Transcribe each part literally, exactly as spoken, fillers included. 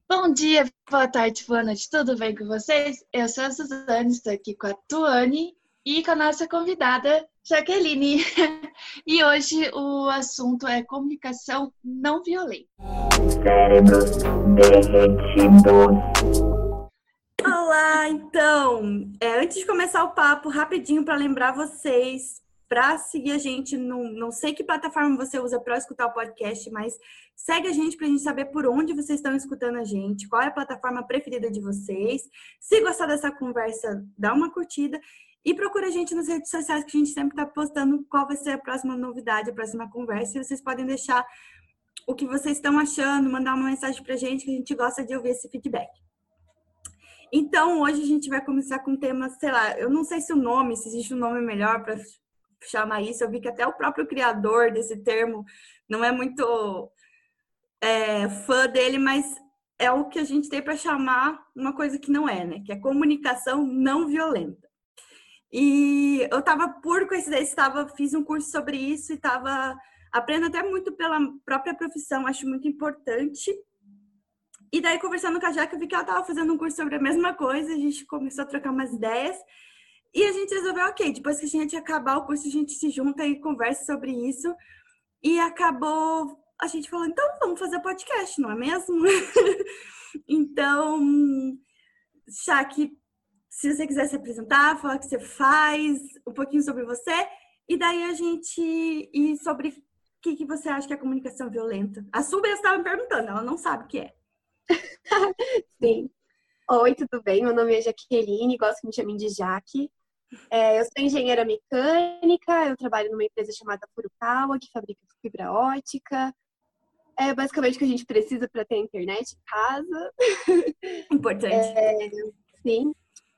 Bom dia, boa tarde, boa noite, tudo bem com vocês? Eu sou a Suzane, estou aqui com a Tuane e com a nossa convidada, Jaqueline. E hoje o assunto é comunicação não violenta. Cérebros derretidos. Olá, então, é, antes de começar o papo, rapidinho para lembrar vocês, para seguir a gente, no, não sei que plataforma você usa para escutar o podcast, mas segue a gente para a gente saber por onde vocês estão escutando a gente, qual é a plataforma preferida de vocês. Se gostar dessa conversa, dá uma curtida e procura a gente nas redes sociais, que a gente sempre está postando qual vai ser a próxima novidade, a próxima conversa, e vocês podem deixar o que vocês estão achando, mandar uma mensagem para a gente, que a gente gosta de ouvir esse feedback. Então, hoje a gente vai começar com um tema, sei lá, eu não sei se o nome, se existe um nome melhor para chamar isso. Eu vi que até o próprio criador desse termo não é muito é, fã dele, mas é o que a gente tem para chamar uma coisa que não é, né? Que é comunicação não violenta. E eu estava, por coincidência, tava, fiz um curso sobre isso e estava aprendendo até muito pela própria profissão, acho muito importante. E daí, conversando com a Jaque, eu vi que ela estava fazendo um curso sobre a mesma coisa, a gente começou a trocar umas ideias, e a gente resolveu, ok, depois que a gente acabar o curso, a gente se junta e conversa sobre isso, e acabou, a gente falou, então vamos fazer podcast, não é mesmo? Então, Jaque, se você quiser se apresentar, falar o que você faz, um pouquinho sobre você, e daí a gente ir sobre o que, que você acha que é comunicação violenta. A Subia estava me perguntando, ela não sabe o que é. Sim. Oi, tudo bem? Meu nome é Jaqueline, gosto que me chamem de Jaque. É, eu sou engenheira mecânica, eu trabalho numa empresa chamada Furukawa, que fabrica fibra ótica. É basicamente o que a gente precisa para ter internet em casa. Importante. É, sim.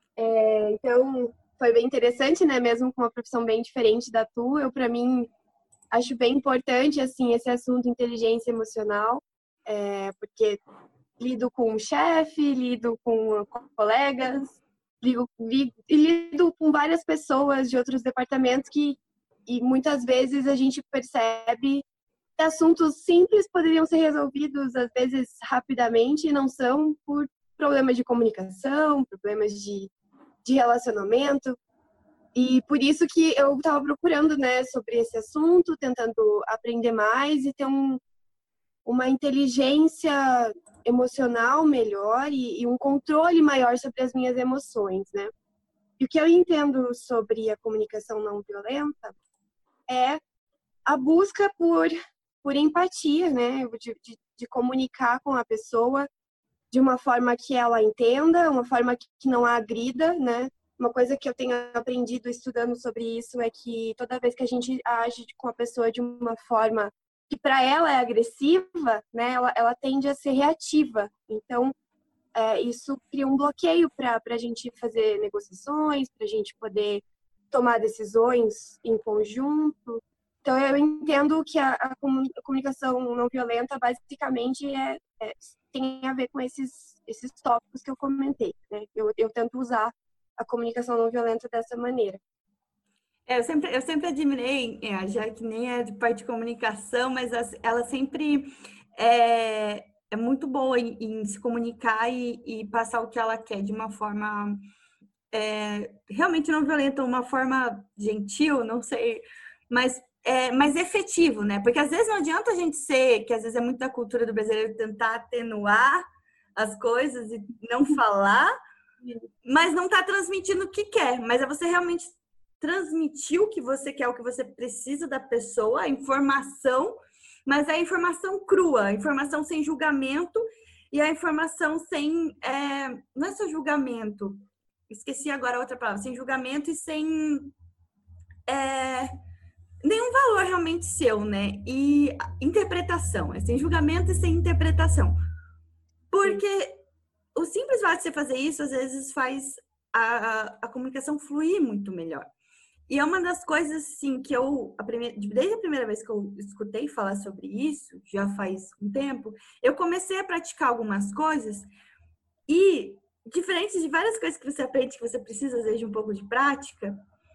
É, então, foi bem interessante, né? Mesmo com uma profissão bem diferente da tua, eu, para mim, acho bem importante, assim, esse assunto inteligência emocional, é, porque lido com o chefe, lido com colegas, lido, lido, e lido com várias pessoas de outros departamentos que, e muitas vezes a gente percebe que assuntos simples poderiam ser resolvidos, às vezes, rapidamente, e não são por problemas de comunicação, problemas de, de relacionamento. E por isso que eu estava procurando, né, sobre esse assunto, tentando aprender mais e ter um, uma inteligência emocional melhor e, e um controle maior sobre as minhas emoções, né? E o que eu entendo sobre a comunicação não violenta é a busca por, por empatia, né? De, de, de comunicar com a pessoa de uma forma que ela entenda, uma forma que não a agrida, né? Uma coisa que eu tenho aprendido estudando sobre isso é que toda vez que a gente age com a pessoa de uma forma que para ela é agressiva, né, ela, ela tende a ser reativa. Então, é, isso cria um bloqueio para a gente fazer negociações, para a gente poder tomar decisões em conjunto. Então, eu entendo que a, a comunicação não violenta, basicamente, é, é, tem a ver com esses, esses tópicos que eu comentei, né? Eu, eu tento usar a comunicação não violenta dessa maneira. É, eu, sempre, eu sempre admirei, é, já que nem é de parte de comunicação, mas ela sempre é, é muito boa em, em se comunicar e, e passar o que ela quer de uma forma é, realmente não violenta, uma forma gentil, não sei, mas é, mais efetivo, né? Porque às vezes não adianta a gente ser, que às vezes é muito da cultura do brasileiro, tentar atenuar as coisas e não falar, mas não tá transmitindo o que quer, mas é você realmente transmitir o que você quer, o que você precisa da pessoa, a informação, mas é a informação crua, a informação sem julgamento e a informação sem, é, não é só julgamento, esqueci agora a outra palavra, sem julgamento e sem é, nenhum valor realmente seu, né? E interpretação, é sem julgamento e sem interpretação. Porque Sim. o simples fato de você fazer isso, às vezes faz a, a, a comunicação fluir muito melhor. E é uma das coisas, assim, que eu, a primeira, desde a primeira vez que eu escutei falar sobre isso, já faz um tempo, eu comecei a praticar algumas coisas e, diferente de várias coisas que você aprende, que você precisa, às vezes, de um pouco de prática,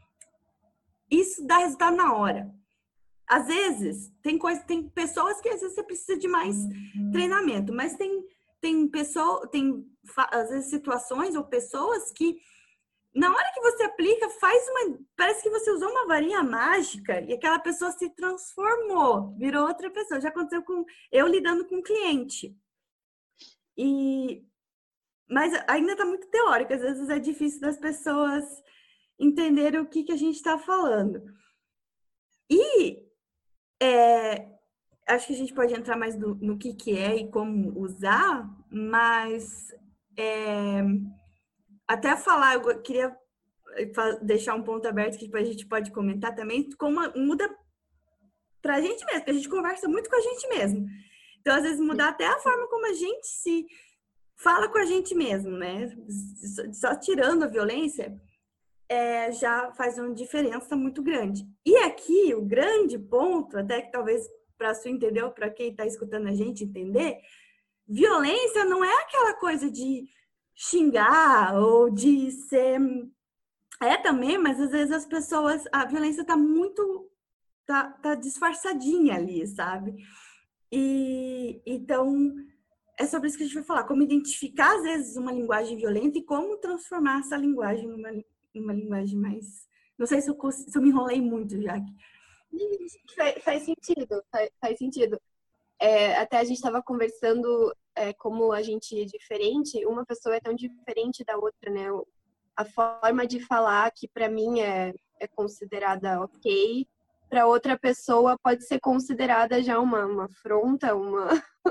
isso dá resultado na hora. Às vezes, tem, coisa, tem pessoas que, às vezes, você precisa de mais treinamento, mas tem, tem pessoa, tem às vezes situações ou pessoas que na hora que você aplica, faz uma, parece que você usou uma varinha mágica e aquela pessoa se transformou, virou outra pessoa. Já aconteceu com eu lidando com um cliente. E mas ainda está muito teórico, às vezes é difícil das pessoas entenderem o que, que a gente está falando. E é, acho que a gente pode entrar mais no, no que, que é e como usar, mas é, até falar, eu queria deixar um ponto aberto que depois a gente pode comentar também, como muda para a gente mesmo, porque a gente conversa muito com a gente mesmo. Então, às vezes, mudar até a forma como a gente se fala com a gente mesmo, né? Só tirando a violência, é, já faz uma diferença muito grande. E aqui, o grande ponto, até que talvez para você entender, ou para quem está escutando a gente entender, violência não é aquela coisa de xingar ou de ser... É também, mas às vezes as pessoas... A violência está muito... Tá, tá disfarçadinha ali, sabe? E então... É sobre isso que a gente vai falar, como identificar, às vezes, uma linguagem violenta e como transformar essa linguagem numa, numa linguagem mais... Não sei se eu, se eu me enrolei muito, Jaque. Faz, faz sentido, faz, faz sentido. É, até a gente estava conversando é, como a gente é diferente, uma pessoa é tão diferente da outra, né? A forma de falar que, para mim, é, é considerada ok, para outra pessoa pode ser considerada já uma, uma afronta, uma...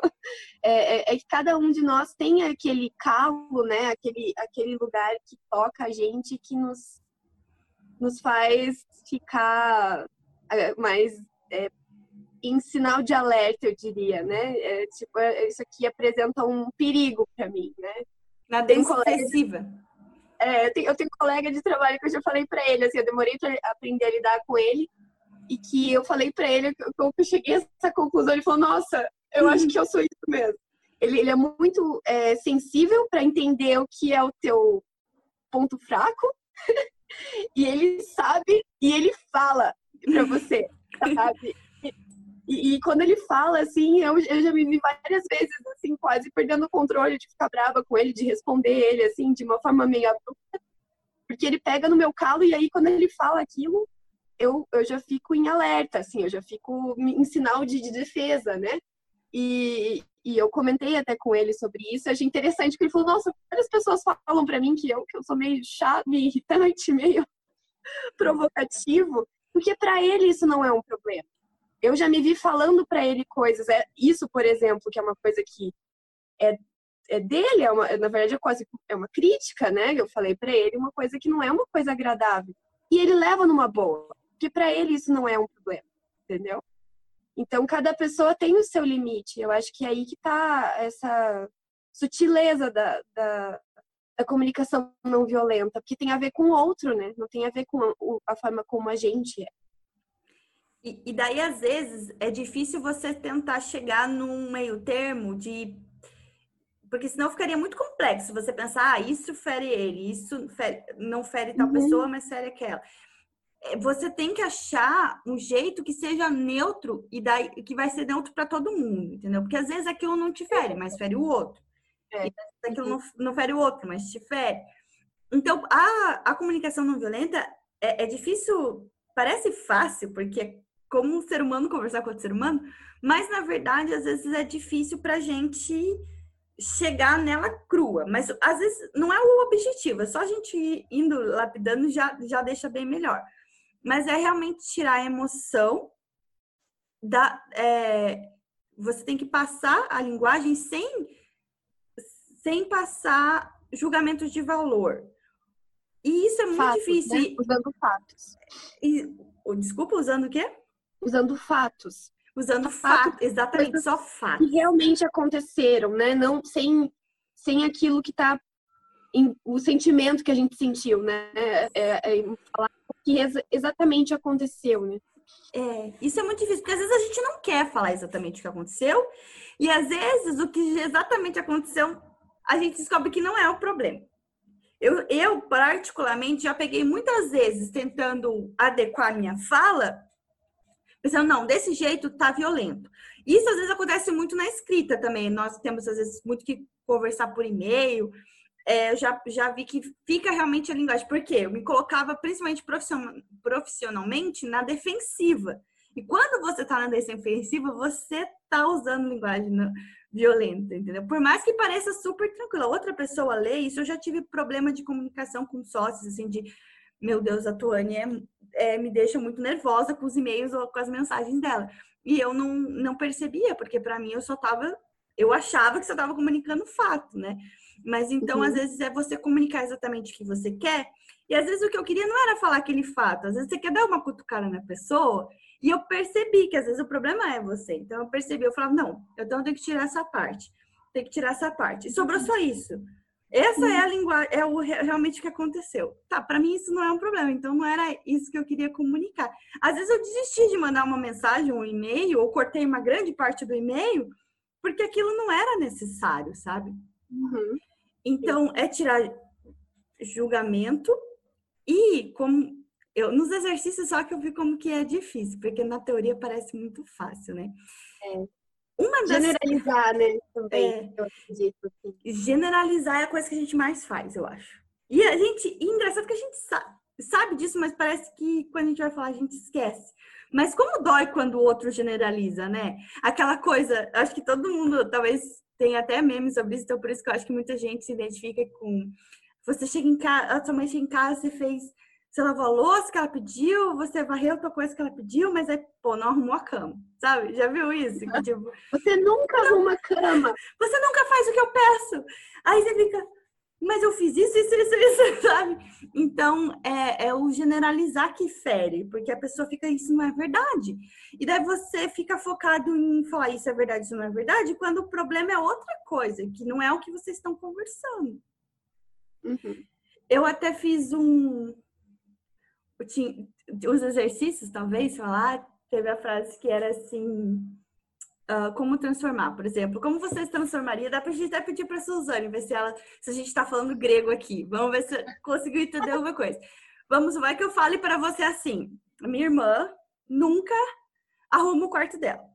é, é, é que cada um de nós tem aquele calo, né? Aquele, aquele lugar que toca a gente, que nos, nos faz ficar mais é, em sinal de alerta, eu diria, né? É, tipo, isso aqui apresenta um perigo para mim, né? Na defensiva. É, eu, tenho, eu tenho um colega de trabalho que eu já falei para ele, assim, eu demorei para aprender a lidar com ele, e que eu falei pra ele, que eu cheguei a essa conclusão, ele falou, nossa, eu acho que eu sou isso mesmo. Ele, ele é muito é, sensível para entender o que é o teu ponto fraco, e ele sabe, e ele fala pra você, sabe? E, e quando ele fala, assim, eu, eu já me vi várias vezes, assim, quase perdendo o controle de ficar brava com ele, de responder ele, assim, de uma forma meio abrupta, porque ele pega no meu calo, e aí quando ele fala aquilo, Eu, eu já fico em alerta, assim, eu já fico em sinal de, de defesa, né? E, e eu comentei até com ele sobre isso, achei interessante, porque ele falou, nossa, várias pessoas falam pra mim que eu, que eu sou meio chato, meio irritante, meio provocativo, porque pra ele isso não é um problema. Eu já me vi falando pra ele coisas, é, isso, por exemplo, que é uma coisa que é, é dele, é uma, na verdade é quase é uma crítica, né? Eu falei pra ele uma coisa que não é uma coisa agradável. E ele leva numa boa. Porque para ele isso não é um problema, entendeu? Então, cada pessoa tem o seu limite. Eu acho que é aí que está essa sutileza da, da, da comunicação não violenta, porque tem a ver com o outro, né? Não tem a ver com a, a forma como a gente é. E, e daí, às vezes, é difícil você tentar chegar num meio termo de... Porque senão ficaria muito complexo você pensar, ah, isso fere ele, isso fere... não fere tal uhum. pessoa, mas fere aquela. Você tem que achar um jeito que seja neutro e daí, que vai ser neutro para todo mundo, entendeu? Porque às vezes aquilo não te fere, mas fere o outro. É. E aquilo não, não fere o outro, mas te fere. Então, a, a comunicação não violenta é, é difícil, parece fácil, porque é como um ser humano conversar com outro ser humano, mas na verdade, às vezes é difícil pra gente chegar nela crua. Mas às vezes não é o objetivo, é só a gente ir indo lapidando já, já deixa bem melhor. Mas é realmente tirar a emoção da... É, você tem que passar a linguagem sem, sem passar julgamentos de valor. E isso é muito fatos, difícil. Né? Usando fatos. E, desculpa, usando o quê? Usando fatos. Usando fatos, fatos exatamente, só fatos. Que realmente aconteceram, né? Não sem, sem aquilo que tá... Em, o sentimento que a gente sentiu, né? É, é, é falar que exatamente aconteceu, né? É, isso é muito difícil, porque às vezes a gente não quer falar exatamente o que aconteceu, e às vezes o que exatamente aconteceu, a gente descobre que não é o problema. Eu, eu particularmente, já peguei muitas vezes tentando adequar minha fala, pensando, não, desse jeito tá violento. Isso às vezes acontece muito na escrita também. Nós temos às vezes muito que conversar por e-mail, é, eu já, já vi que fica realmente a linguagem. Por quê? Eu me colocava, principalmente profissionalmente, na defensiva. E quando você está na defensiva, você está usando linguagem violenta, entendeu? Por mais que pareça super tranquila. Outra pessoa lê isso, eu já tive problema de comunicação com sócios, assim, de, meu Deus, a Tuane é, é, me deixa muito nervosa com os e-mails ou com as mensagens dela. E eu não, não percebia, porque para mim eu só tava, eu achava que você estava comunicando fato, né? Mas então, uhum. às vezes, é você comunicar exatamente o que você quer. E às vezes o que eu queria não era falar aquele fato. Às vezes você quer dar uma cutucada na pessoa. E eu percebi que às vezes o problema é você. Então eu percebi, eu falava, não, então eu tenho que tirar essa parte. Tem que tirar essa parte. E sobrou só isso. Essa é a linguagem, é o, realmente o que aconteceu. Tá, pra mim isso não é um problema. Então não era isso que eu queria comunicar. Às vezes eu desisti de mandar uma mensagem, um e-mail, ou cortei uma grande parte do e-mail, porque aquilo não era necessário, sabe? Uhum. Então, é tirar julgamento e como eu nos exercícios só que eu vi como que é difícil, porque na teoria parece muito fácil, né? É. Uma das... Generalizar, né? Também, é... eu acredito. Generalizar é a coisa que a gente mais faz, eu acho. E a gente, e engraçado que a gente sabe, sabe disso, mas parece que quando a gente vai falar a gente esquece. Mas como dói quando o outro generaliza, né? Aquela coisa, acho que todo mundo talvez tem até memes sobre isso, então por isso que eu acho que muita gente se identifica com... Você chega em casa, a sua mãe chega em casa, você fez... Você lavou a louça que ela pediu, você varreu a coisa que ela pediu, mas aí, pô, não arrumou a cama, sabe? Já viu isso? Que, tipo, você nunca arruma a cama. Você nunca faz o que eu peço. Aí você fica... Mas eu fiz isso, isso, isso, isso, sabe? Então, é, é o generalizar que fere, porque a pessoa fica, isso não é verdade. E daí você fica focado em falar, isso é verdade, isso não é verdade, quando o problema é outra coisa, que não é o que vocês estão conversando. Uhum. Eu até fiz um... Eu tinha, os exercícios, talvez, falar, teve a frase que era assim... Uh, como transformar, por exemplo. Como você se transformaria? Dá pra gente até pedir pra Suzane, ver se ela, se a gente tá falando grego aqui. Vamos ver se conseguiu entender alguma coisa. Vamos, vai que eu fale pra você assim. A minha irmã nunca arruma o quarto dela.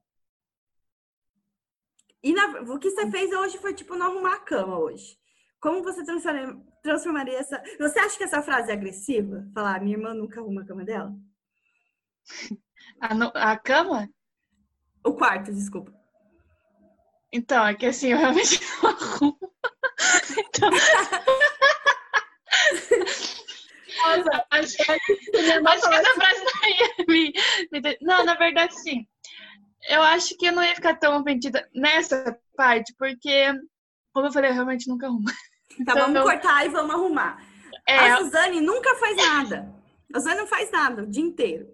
E na, o que você fez hoje foi, tipo, não arrumar a cama hoje. Como você transformaria, transformaria essa... Você acha que essa frase é agressiva? Falar, minha irmã nunca arruma a cama dela? A, no, a cama? O quarto, desculpa. Então, é que assim, eu realmente não arrumo. Então... Nossa, acho, acho que essa frase não ia me, me... Não, na verdade, sim. Eu acho que eu não ia ficar tão ofendida nessa parte, porque, como eu falei, eu realmente nunca arrumo. Tá, Então, vamos cortar e vamos arrumar. É... A Suzane nunca faz nada. A Suzane não faz nada o dia inteiro.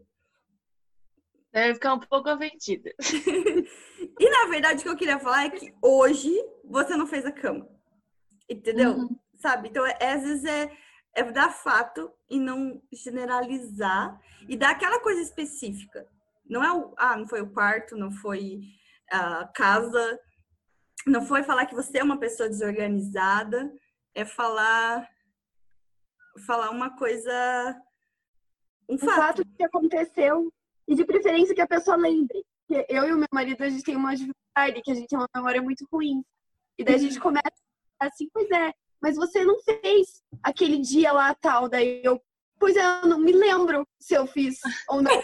Deve ficar um pouco ofendida. E, na verdade, o que eu queria falar é que hoje você não fez a cama. Entendeu? Uhum. Sabe? Então, é, às vezes, é, é dar fato e não generalizar. E dar aquela coisa específica. Não é o... Ah, não foi o quarto, não foi a casa. Não foi falar que você é uma pessoa desorganizada. É falar... Falar uma coisa... Um fato. Um fato que aconteceu. E de preferência que a pessoa lembre. Porque eu e o meu marido, a gente tem uma dificuldade, que a gente tem uma memória muito ruim. E daí a gente começa assim, pois é, mas você não fez aquele dia lá tal. Daí eu, pois é, eu não me lembro se eu fiz ou não.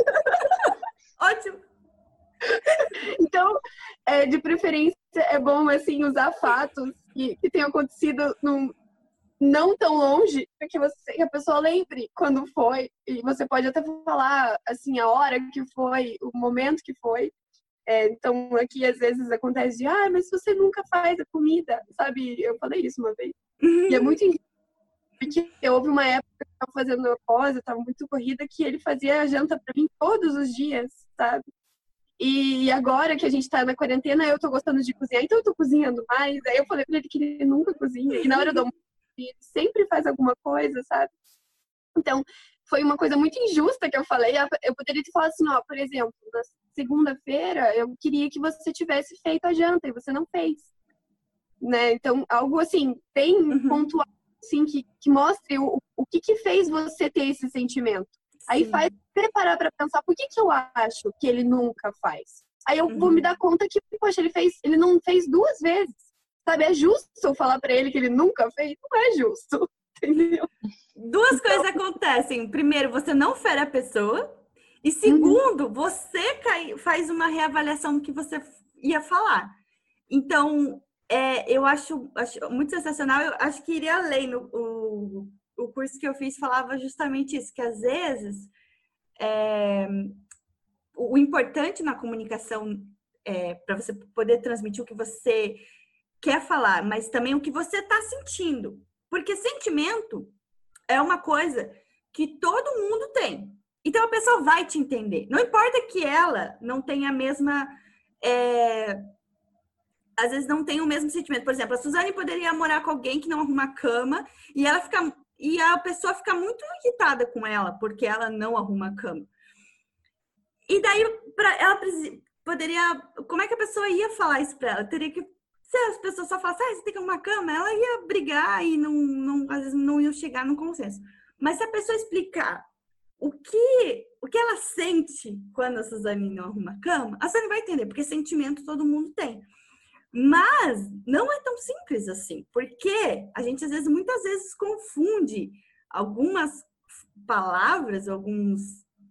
Ótimo! Então, é, de preferência, é bom, assim, usar fatos que, que tenham acontecido num... não tão longe, porque você, que a pessoa lembre quando foi, e você pode até falar, assim, a hora que foi, o momento que foi. É, então, aqui, às vezes, acontece de, ah, mas você nunca faz a comida, sabe? Eu falei isso uma vez. E é muito injusto, porque houve uma época que eu estava fazendo a pós, eu estava muito corrida, que ele fazia a janta para mim todos os dias, sabe? E agora que a gente tá na quarentena, eu tô gostando de cozinhar, então eu tô cozinhando mais. Aí eu falei pra ele que ele nunca cozinha, e na hora do almoço, ele sempre faz alguma coisa, sabe? Então, foi uma coisa muito injusta que eu falei. Eu poderia te falar assim, ó, por exemplo, na segunda-feira eu queria que você tivesse feito a janta e você não fez, né? Então, algo assim, bem uhum. pontual, assim, que, que mostre o, o que que fez você ter esse sentimento. Sim. Aí faz preparar para pensar, por que que eu acho que ele nunca faz? Aí eu uhum. vou me dar conta que, poxa, ele fez, ele não fez duas vezes. Sabe, é justo eu falar pra ele que ele nunca fez? Não é justo, entendeu? Duas então... coisas acontecem. Primeiro, você não fere a pessoa. E segundo, uhum. você cai, faz uma reavaliação do que você ia falar. Então, é, eu acho, acho muito sensacional. Eu acho que iria além. No, o, o curso que eu fiz falava justamente isso. Que às vezes, é, o, o importante na comunicação é para você poder transmitir o que você quer falar, mas também o que você está sentindo. Porque sentimento é uma coisa que todo mundo tem. Então, a pessoa vai te entender. Não importa que ela não tenha a mesma... É... Às vezes não tem o mesmo sentimento. Por exemplo, a Suzane poderia morar com alguém que não arruma a cama e, ela fica... e a pessoa fica muito irritada com ela porque ela não arruma a cama. E daí, pra... ela poderia... Como é que a pessoa ia falar isso para ela? Teria que... Se as pessoas só falassem, ah, você tem que arrumar a cama, ela ia brigar e não, não, às vezes não ia chegar num consenso. Mas se a pessoa explicar o que, o que ela sente quando a Suzane não arruma a cama, a Suzane vai entender, porque sentimento todo mundo tem. Mas não é tão simples assim, porque a gente, às vezes, muitas vezes confunde algumas palavras, alguns,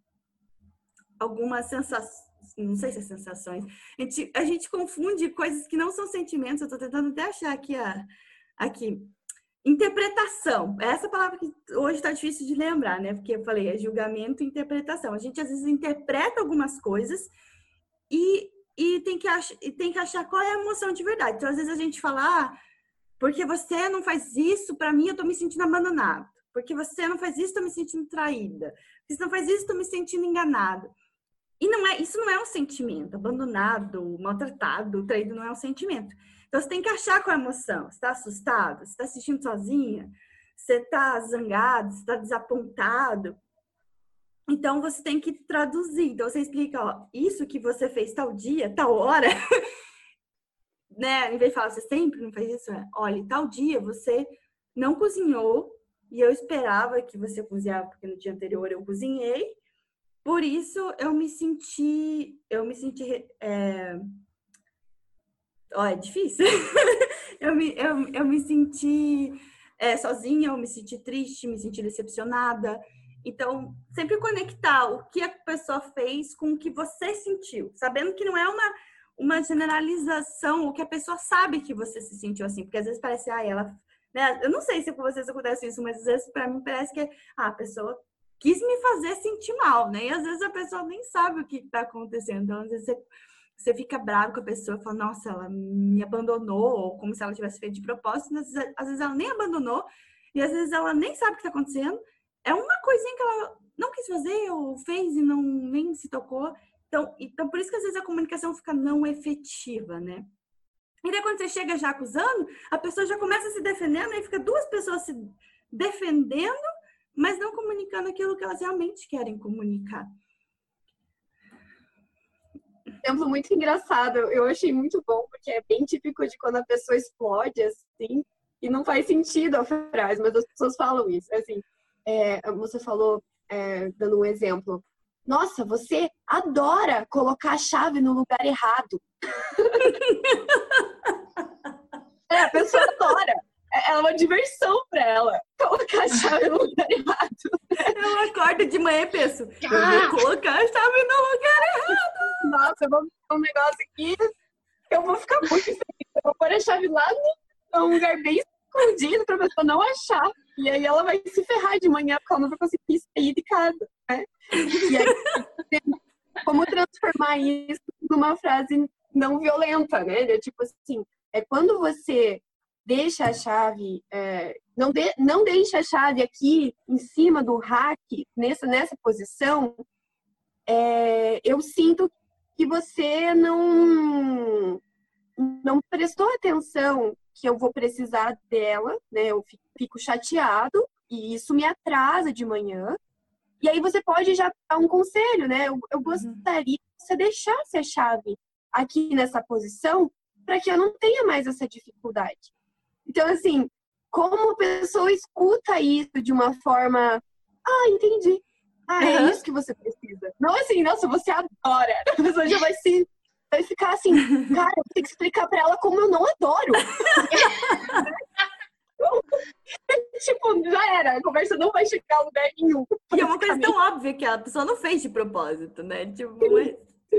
algumas sensações, não sei se é sensações, a gente, a gente confunde coisas que não são sentimentos. Eu tô tentando até achar aqui, a, aqui. Interpretação. Essa palavra que hoje tá difícil de lembrar, né? Porque eu falei, é julgamento e interpretação. A gente, às vezes, interpreta algumas coisas e, e, tem, que ach, e tem que achar qual é a emoção de verdade. Então, às vezes, a gente fala, ah, porque você não faz isso, pra mim, eu tô me sentindo abandonado. Porque você não faz isso, tô me sentindo traída. Porque você não faz isso, tô me sentindo enganado. E não é, isso não é um sentimento. Abandonado, maltratado, traído não é um sentimento. Então, você tem que achar qual é a emoção. Você está assustado? Você está se sentindo sozinha? Você está zangado? Você está desapontado? Então, você tem que traduzir. Então, você explica, ó, isso que você fez tal dia, tal hora, né? Em vez de falar, você sempre não faz isso, é, olha, tal dia você não cozinhou e eu esperava que você cozinhava, porque no dia anterior eu cozinhei. Por isso, eu me senti... Eu me senti... É... Ó, é difícil. eu, me, eu, eu me senti é, sozinha, eu me senti triste, me senti decepcionada. Então, sempre conectar o que a pessoa fez com o que você sentiu. Sabendo que não é uma, uma generalização, o que a pessoa sabe que você se sentiu assim. Porque às vezes parece, ah, ela... Né? Eu não sei se com vocês acontece isso, mas às vezes pra mim parece que ah, a pessoa quis me fazer sentir mal, né? E às vezes a pessoa nem sabe o que está acontecendo. Então, às vezes você, você fica bravo com a pessoa e fala, nossa, ela me abandonou, ou como se ela tivesse feito de propósito. Às vezes, às vezes ela nem abandonou, e às vezes ela nem sabe o que está acontecendo. É uma coisinha que ela não quis fazer, ou fez e não, nem se tocou. Então, então, por isso que às vezes a comunicação fica não efetiva, né? E daí quando você chega já acusando, a pessoa já começa se defendendo, aí fica duas pessoas se defendendo, mas não comunicando aquilo que elas realmente querem comunicar. Exemplo muito engraçado, eu achei muito bom, porque é bem típico de quando a pessoa explode, assim, e não faz sentido a frase, mas as pessoas falam isso. Assim, é, você falou, é, dando um exemplo, nossa, você adora colocar a chave no lugar errado. É, a pessoa adora. É uma diversão pra ela colocar a chave no lugar errado. Eu acordo de manhã e penso, eu vou colocar a chave no lugar errado. Nossa, eu vou fazer um negócio aqui, eu vou ficar muito feliz. Eu vou pôr a chave lá num lugar bem escondido pra pessoa não achar. E aí ela vai se ferrar de manhã porque ela não vai conseguir sair de casa, né? E aí, como transformar isso numa frase não violenta, né? É tipo assim, é quando você deixa a chave, é, não, de, não deixa a chave aqui em cima do rack, nessa, nessa posição, é, eu sinto que você não, não prestou atenção que eu vou precisar dela, né? Eu fico chateado e isso me atrasa de manhã. E aí você pode já dar um conselho, né? Eu, eu gostaria que você deixasse a chave aqui nessa posição para que eu não tenha mais essa dificuldade. Então, assim, como a pessoa escuta isso de uma forma... Ah, entendi. Ah, é uhum. isso que você precisa. Não assim, nossa, você adora. A pessoa já vai se vai ficar assim, cara, eu tenho que explicar pra ela como eu não adoro. Tipo, já era, a conversa não vai chegar a lugar nenhum. E é uma coisa tão óbvia que a pessoa não fez de propósito, né? Tipo, mas...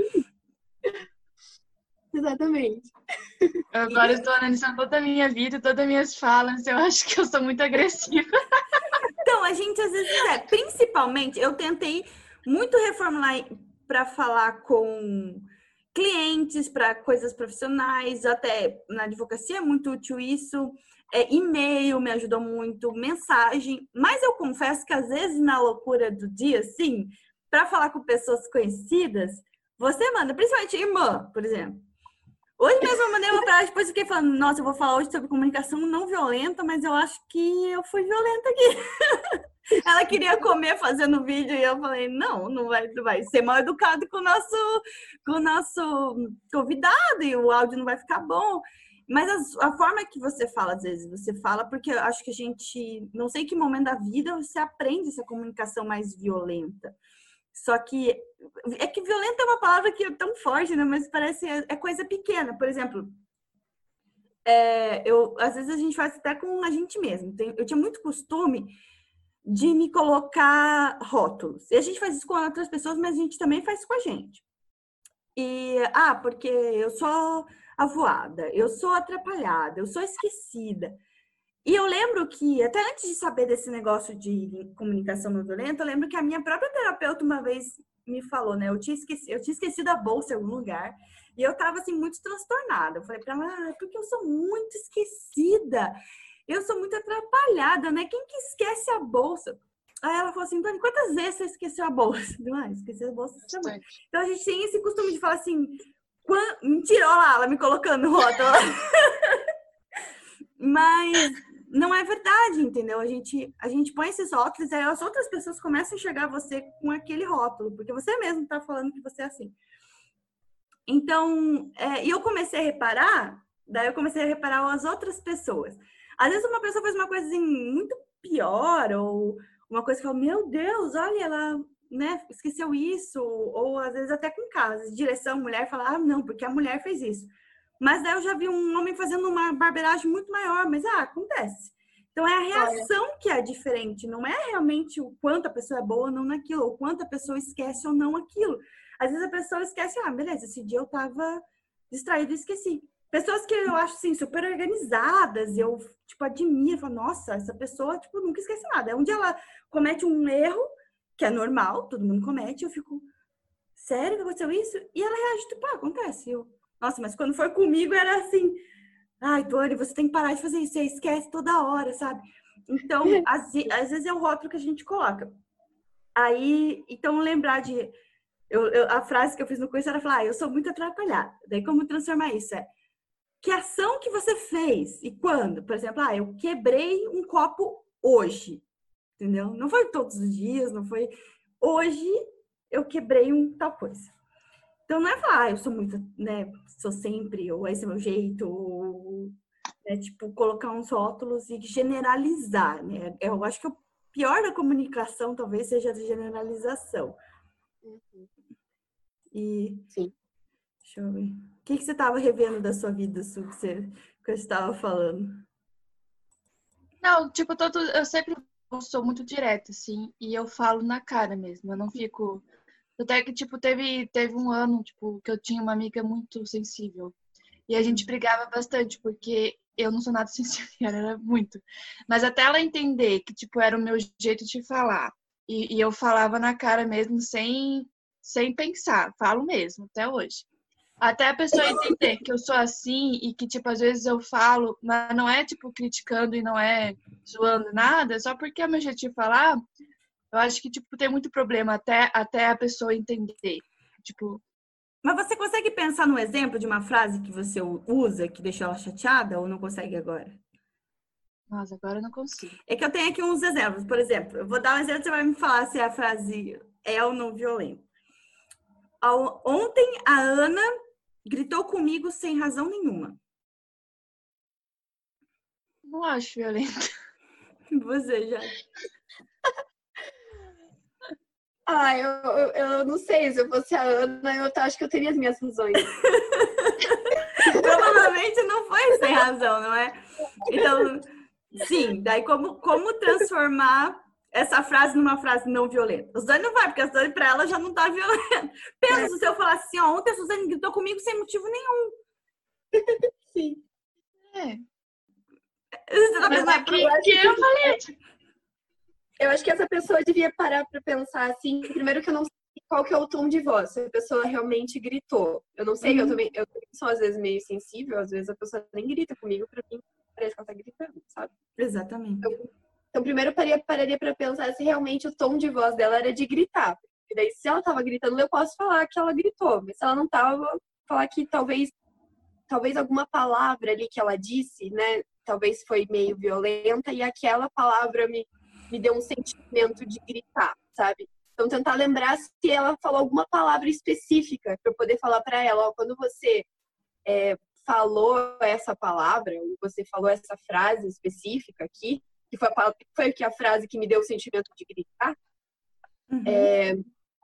Exatamente. Agora eu estou analisando toda a minha vida, todas as minhas falas. Eu acho que eu sou muito agressiva. Então, a gente às vezes é. Principalmente, eu tentei muito reformular para falar com clientes, para coisas profissionais, até na advocacia é muito útil isso. É, e-mail me ajudou muito, mensagem. Mas eu confesso que às vezes na loucura do dia, assim, para falar com pessoas conhecidas, você manda, principalmente irmã, por exemplo. Hoje mesmo eu mandei uma pra ela, depois fiquei falando, nossa, eu vou falar hoje sobre comunicação não violenta, mas eu acho que eu fui violenta aqui. Ela queria comer fazendo vídeo e eu falei, não, não vai, não vai ser mal educado com o nosso, com o nosso convidado e o áudio não vai ficar bom. Mas a, a forma que você fala, às vezes, você fala porque eu acho que a gente, não sei em que momento da vida você aprende essa comunicação mais violenta. Só que é que violenta é uma palavra que é tão forte, né? Mas parece é, é coisa pequena. Por exemplo, é, eu, às vezes a gente faz até com a gente mesmo. Tem, eu tinha muito costume de me colocar rótulos. E a gente faz isso com outras pessoas, mas a gente também faz isso com a gente. E, ah, porque eu sou avoada, eu sou atrapalhada, eu sou esquecida. E eu lembro que, até antes de saber desse negócio de comunicação não violenta, eu lembro que a minha própria terapeuta uma vez me falou, né? Eu tinha esquecido, eu tinha esquecido a bolsa em algum lugar e eu tava, assim, muito transtornada. Eu falei pra ela, ah, porque eu sou muito esquecida, eu sou muito atrapalhada, né? Quem que esquece a bolsa? Aí ela falou assim, Dani, quantas vezes você esqueceu a bolsa? Eu, ah, esqueci a bolsa essa semana. Então a gente tem esse costume de falar assim, Quan... mentira, olha lá, ela me colocando no rótulo. Mas não é verdade, entendeu? A gente, a gente põe esses rótulos e aí as outras pessoas começam a enxergar você com aquele rótulo, porque você mesmo tá falando que você é assim. Então, é, e eu comecei a reparar, daí eu comecei a reparar as outras pessoas. Às vezes uma pessoa faz uma coisa assim, muito pior, ou uma coisa que eu falo, meu Deus, olha, ela, né, esqueceu isso, ou às vezes até com casos, direção, mulher, fala, ah, não, porque a mulher fez isso. Mas daí eu já vi um homem fazendo uma barbeiragem muito maior, mas ah, acontece. Então é a reação que é diferente, não é realmente o quanto a pessoa é boa ou não naquilo, ou quanto a pessoa esquece ou não aquilo. Às vezes a pessoa esquece, ah, beleza, esse dia eu tava distraída e esqueci. Pessoas que eu acho, assim, super organizadas, eu, tipo, admiro, falo, nossa, essa pessoa, tipo, nunca esquece nada. Um dia ela comete um erro, que é normal, todo mundo comete, eu fico, sério que aconteceu isso? E ela reage, tipo, ah, acontece, eu... Nossa, mas quando for comigo era assim, ai, Dori, você tem que parar de fazer isso, você esquece toda hora, sabe? Então, às, às vezes é o rótulo que a gente coloca. Aí, então lembrar de, eu, eu, a frase que eu fiz no curso era falar, ah, eu sou muito atrapalhada. Daí como transformar isso? É, que ação que você fez e quando? Por exemplo, ah, eu quebrei um copo hoje, entendeu? Não foi todos os dias, não foi... Hoje eu quebrei um tal coisa. Então, não é falar, ah, eu sou muito, né, sou sempre, ou esse é meu jeito, ou, né, tipo, colocar uns rótulos e generalizar, né? Eu acho que o pior da comunicação talvez seja a generalização. Uhum. E, sim. Deixa eu ver. O que, que você estava revendo da sua vida, Su, que você, que eu estava falando? Não, tipo, todo, eu sempre sou muito direta, assim, e eu falo na cara mesmo, eu não fico... Até que, tipo, teve, teve um ano, tipo, que eu tinha uma amiga muito sensível. E a gente brigava bastante, porque eu não sou nada sensível, ela era muito. Mas até ela entender que, tipo, era o meu jeito de falar. E, e eu falava na cara mesmo, sem, sem pensar. Falo mesmo, até hoje. Até a pessoa entender que eu sou assim e que, tipo, às vezes eu falo, mas não é, tipo, criticando e não é zoando nada, só porque é o meu jeito de falar... Eu acho que, tipo, tem muito problema até, até a pessoa entender. Tipo... Mas você consegue pensar num exemplo de uma frase que você usa que deixou ela chateada ou não consegue agora? Nossa, agora eu não consigo. É que eu tenho aqui uns exemplos. Por exemplo, eu vou dar um exemplo, você vai me falar se a frase é ou não violenta. Ontem a Ana gritou comigo sem razão nenhuma. Não acho violenta. Você já... Ah, eu, eu, eu não sei, se eu fosse a Ana, eu acho que eu teria as minhas razões. Provavelmente não foi sem razão, não é? Então, sim, daí como, como transformar essa frase numa frase não violenta? A Suzane não vai, porque a Suzane pra ela já não tá violenta. Pensa se eu falasse assim, ó, ontem a Suzane gritou comigo sem motivo nenhum. Sim. É. Você tá Mas pensando, aqui que eu falei. Eu acho que essa pessoa devia parar para pensar assim, primeiro que eu não sei qual que é o tom de voz, se a pessoa realmente gritou. Eu não sei, Uhum. eu também, eu também sou às vezes meio sensível, às vezes a pessoa nem grita comigo, para mim parece que ela tá gritando, sabe? exatamente. Então, então primeiro eu pararia, pararia para pensar se realmente o tom de voz dela era de gritar. E daí, se ela tava gritando, eu posso falar que ela gritou, mas se ela não tava, falar que talvez, talvez alguma palavra ali que ela disse, né, talvez foi meio violenta e aquela palavra me me deu um sentimento de gritar, sabe? Então, tentar lembrar se ela falou alguma palavra específica para eu poder falar para ela, ó, quando você é, falou essa palavra, ou você falou essa frase específica aqui, que foi a, foi a frase que me deu o sentimento de gritar, Uhum. é,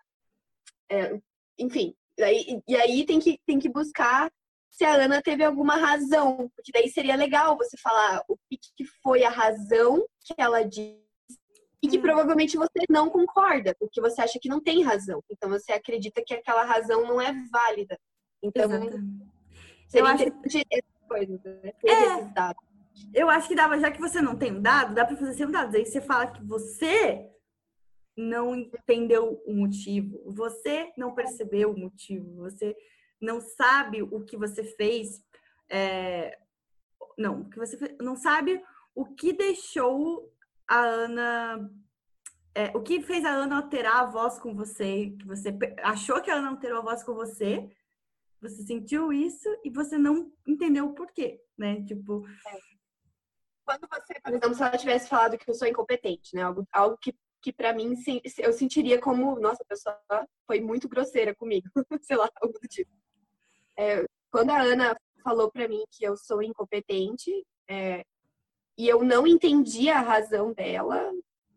é, enfim, e, e aí tem que, tem que buscar se a Ana teve alguma razão, porque daí seria legal você falar o que, que foi a razão que ela disse, e que provavelmente você não concorda, porque você acha que não tem razão. Então, você acredita que aquela razão não é válida. Então, exatamente. seria Eu acho interessante essas coisas, né? Ter É. esses dados. Eu acho que dava, já que você não tem um dado, dá pra fazer sem um dado. Aí você fala que você não entendeu o motivo, você não percebeu o motivo, você não sabe o que você fez, é... não, o que você fez, não sabe o que deixou a Ana, é, o que fez a Ana alterar a voz com você, que você achou que a Ana alterou a voz com você, você sentiu isso e você não entendeu o porquê, né? Tipo, quando você, por exemplo, se ela tivesse falado que eu sou incompetente, né? Algo, algo que, que para mim eu sentiria como, nossa, a pessoa foi muito grosseira comigo, sei lá, algo do tipo. É, quando a Ana falou para mim que eu sou incompetente, é, e eu não entendi a razão dela,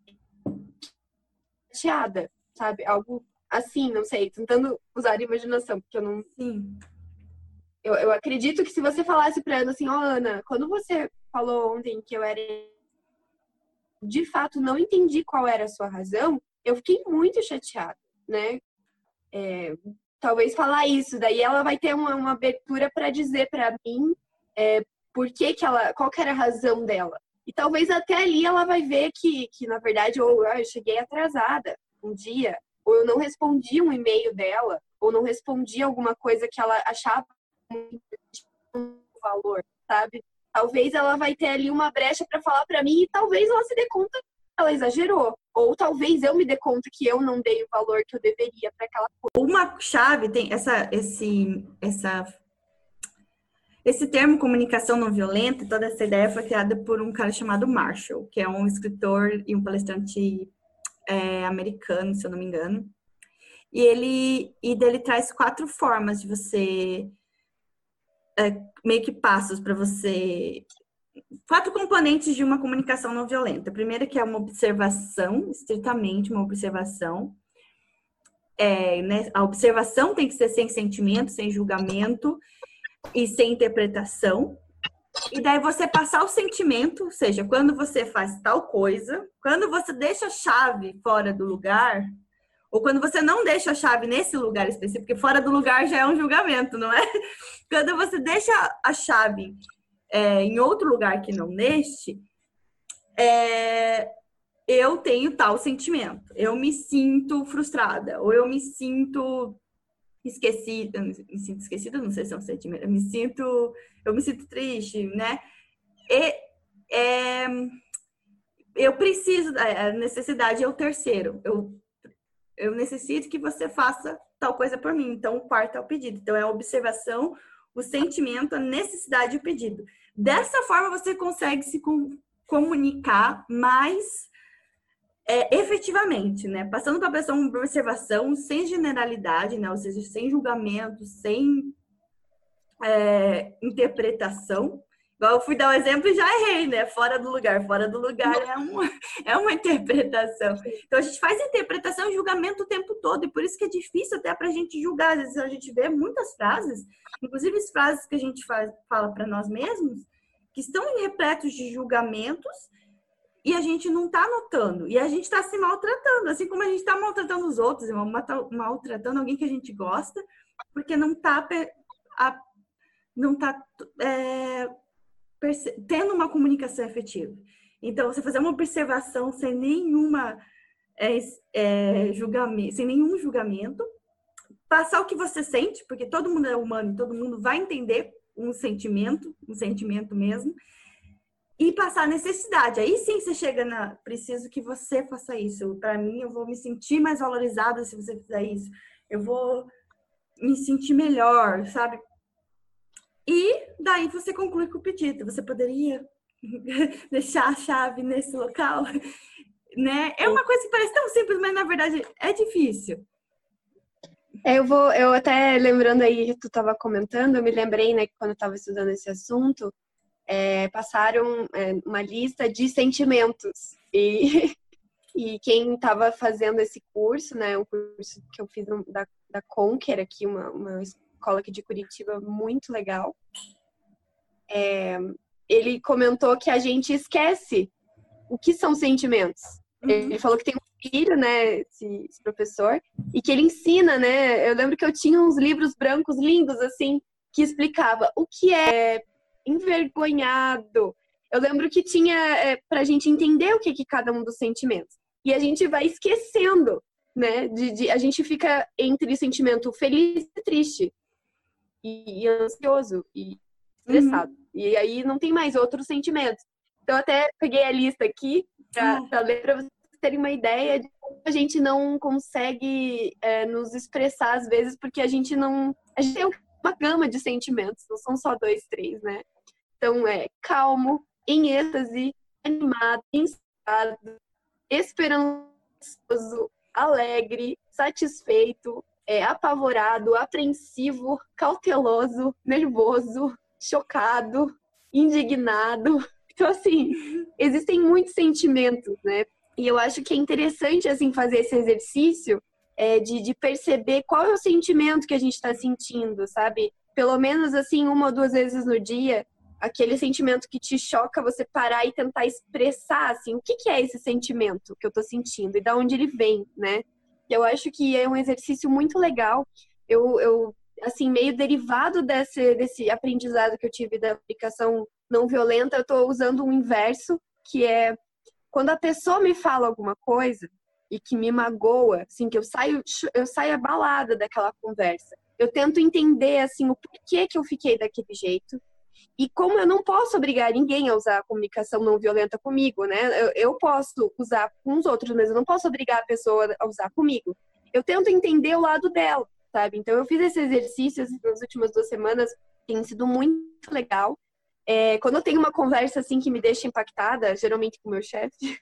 chateada, sabe? Algo assim, não sei, tentando usar a imaginação, porque eu não. sim. Eu, eu acredito que se você falasse pra Ana assim, ó, oh, Ana, quando você falou ontem que eu era. De fato, não entendi qual era a sua razão, eu fiquei muito chateada, né? É, talvez falar isso, daí ela vai ter uma, uma abertura para dizer para mim é, por que que ela, qual que era a razão dela. E talvez até ali ela vai ver que, que na verdade, ou ah, eu cheguei atrasada um dia, ou eu não respondi um e-mail dela, ou não respondi alguma coisa que ela achava um valor, sabe? Talvez ela vai ter ali uma brecha para falar para mim e talvez ela se dê conta que ela exagerou. Ou talvez eu me dê conta que eu não dei o valor que eu deveria para aquela coisa. Uma chave tem essa, esse, essa, esse termo comunicação não violenta, toda essa ideia foi criada por um cara chamado Marshall, que é um escritor e um palestrante é, americano, se eu não me engano. E ele, e dele traz quatro formas de você, é, meio que passos para você, quatro componentes de uma comunicação não violenta. A primeira que é uma observação, estritamente uma observação. É, né, a observação tem que ser sem sentimento, sem julgamento e sem interpretação. E daí você passar o sentimento, ou seja, quando você faz tal coisa, quando você deixa a chave fora do lugar, ou quando você não deixa a chave nesse lugar específico, porque fora do lugar já é um julgamento, não é? Quando você deixa a chave é, em outro lugar que não neste, é, eu tenho tal sentimento. Eu me sinto frustrada, ou eu me sinto esquecida, me sinto esquecida, não sei se é um sentimento, eu me sinto, eu me sinto triste, né? E é, eu preciso, a necessidade é o terceiro. Eu, eu necessito que você faça tal coisa por mim. Então, o quarto é o pedido. Então, é a observação, o sentimento, a necessidade e o pedido. Dessa forma, você consegue se com, comunicar mais É, efetivamente, né? Passando para a pessoa uma observação sem generalidade, né? Ou seja, sem julgamento, sem é, interpretação. Igual eu fui dar um exemplo e já errei, né? Fora do lugar. Fora do lugar é uma, é uma interpretação. Então, a gente faz interpretação e julgamento o tempo todo. E por isso que é difícil até pra gente julgar. Às vezes a gente vê muitas frases, inclusive as frases que a gente faz, fala para nós mesmos, que estão repletos de julgamentos e a gente não tá notando. E a gente tá se maltratando. Assim como a gente tá maltratando os outros, maltratando alguém que a gente gosta, porque não tá... A, não tá... É, tendo uma comunicação efetiva. Então, você fazer uma observação sem nenhuma é, é, julgamento, sem nenhum julgamento, passar o que você sente, porque todo mundo é humano, todo mundo vai entender um sentimento, um sentimento mesmo, e passar a necessidade. Aí sim você chega na, preciso que você faça isso. Para mim, eu vou me sentir mais valorizada se você fizer isso. Eu vou me sentir melhor, sabe? E daí você conclui com o pedido. Você poderia deixar a chave nesse local? Né? É uma coisa que parece tão simples, mas na verdade é difícil. É, eu vou, eu até lembrando aí que tu estava comentando, eu me lembrei, né, que quando eu estava estudando esse assunto, é, passaram é, uma lista de sentimentos. E, e quem estava fazendo esse curso, né, um curso que eu fiz no, da, da Conquer aqui, uma, uma escola aqui de Curitiba muito legal, é, ele comentou que a gente esquece o que são sentimentos. Uhum. Ele falou que tem um filho, né, esse, esse professor, e que ele ensina, né, eu lembro que eu tinha uns livros brancos lindos, assim, que explicava o que é envergonhado. Eu lembro que tinha é, pra gente entender o que é cada um dos sentimentos. E a gente vai esquecendo, né, de, de, a gente fica entre sentimento feliz e triste. E, e ansioso e estressado. Uhum. E aí não tem mais outros sentimentos. Então até peguei a lista aqui para uhum. ler, para vocês terem uma ideia de como a gente não consegue é, nos expressar às vezes, porque a gente não... A gente tem uma gama de sentimentos, não são só dois, três, né? Então é calmo, em êxtase, animado, inspirado, esperançoso, alegre, satisfeito, É, apavorado, apreensivo, cauteloso, nervoso, chocado, indignado. Então, assim, existem muitos sentimentos, né? E eu acho que é interessante, assim, fazer esse exercício é, de, de perceber qual é o sentimento que a gente está sentindo, sabe? Pelo menos, assim, uma ou duas vezes no dia, aquele sentimento que te choca, você parar e tentar expressar, assim, o que, que é esse sentimento que eu tô sentindo e de onde ele vem, né? Eu acho que é um exercício muito legal. Eu, eu assim, meio derivado desse, desse aprendizado que eu tive da aplicação não violenta, eu estou usando um inverso, que é quando a pessoa me fala alguma coisa e que me magoa, assim, que eu saio, eu saio abalada daquela conversa. Eu tento entender, assim, o porquê que eu fiquei daquele jeito. E como eu não posso obrigar ninguém a usar a comunicação não violenta comigo, né? Eu, eu posso usar com os outros, mas eu não posso obrigar a pessoa a usar comigo. Eu tento entender o lado dela, sabe? Então, eu fiz esse exercício nas últimas duas semanas, tem sido muito legal. É, quando eu tenho uma conversa, assim, que me deixa impactada, geralmente com o meu chefe,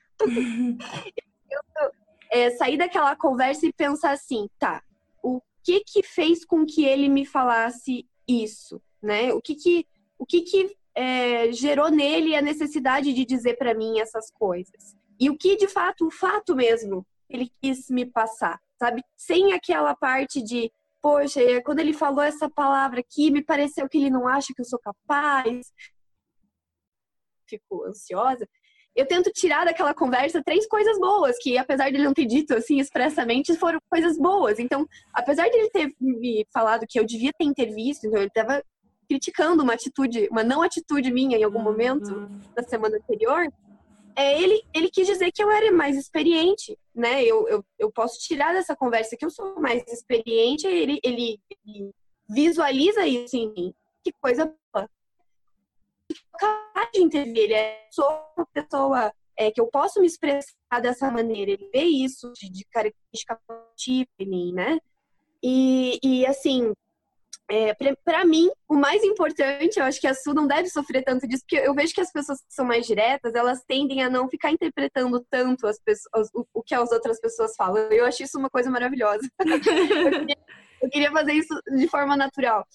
eu é, sair daquela conversa e pensar assim, tá, o que que fez com que ele me falasse isso, né? O que que O que, que é, gerou nele a necessidade de dizer para mim essas coisas? E o que, de fato, o fato mesmo, ele quis me passar, sabe? Sem aquela parte de, poxa, quando ele falou essa palavra aqui, me pareceu que ele não acha que eu sou capaz. Fico ansiosa. Eu tento tirar daquela conversa três coisas boas, que apesar de ele não ter dito assim expressamente, foram coisas boas. Então, apesar de ele ter me falado que eu devia ter intervisto, então ele estava criticando uma atitude, uma não atitude minha em algum uhum. momento da semana anterior, é, ele, ele quis dizer que eu era mais experiente, né? Eu, eu, eu posso tirar dessa conversa que eu sou mais experiente, ele, ele, ele visualiza isso em mim. Que coisa boa. Capaz de entender, ele é sou uma pessoa é, que eu posso me expressar dessa maneira, ele vê isso de, de característica positiva em mim, né? E, e assim, É, para mim, o mais importante, eu acho que a Su não deve sofrer tanto disso, porque eu vejo que as pessoas que são mais diretas, elas tendem a não ficar interpretando tanto as pessoas, o, o que as outras pessoas falam. Eu acho isso uma coisa maravilhosa. eu, queria, eu queria fazer isso de forma natural.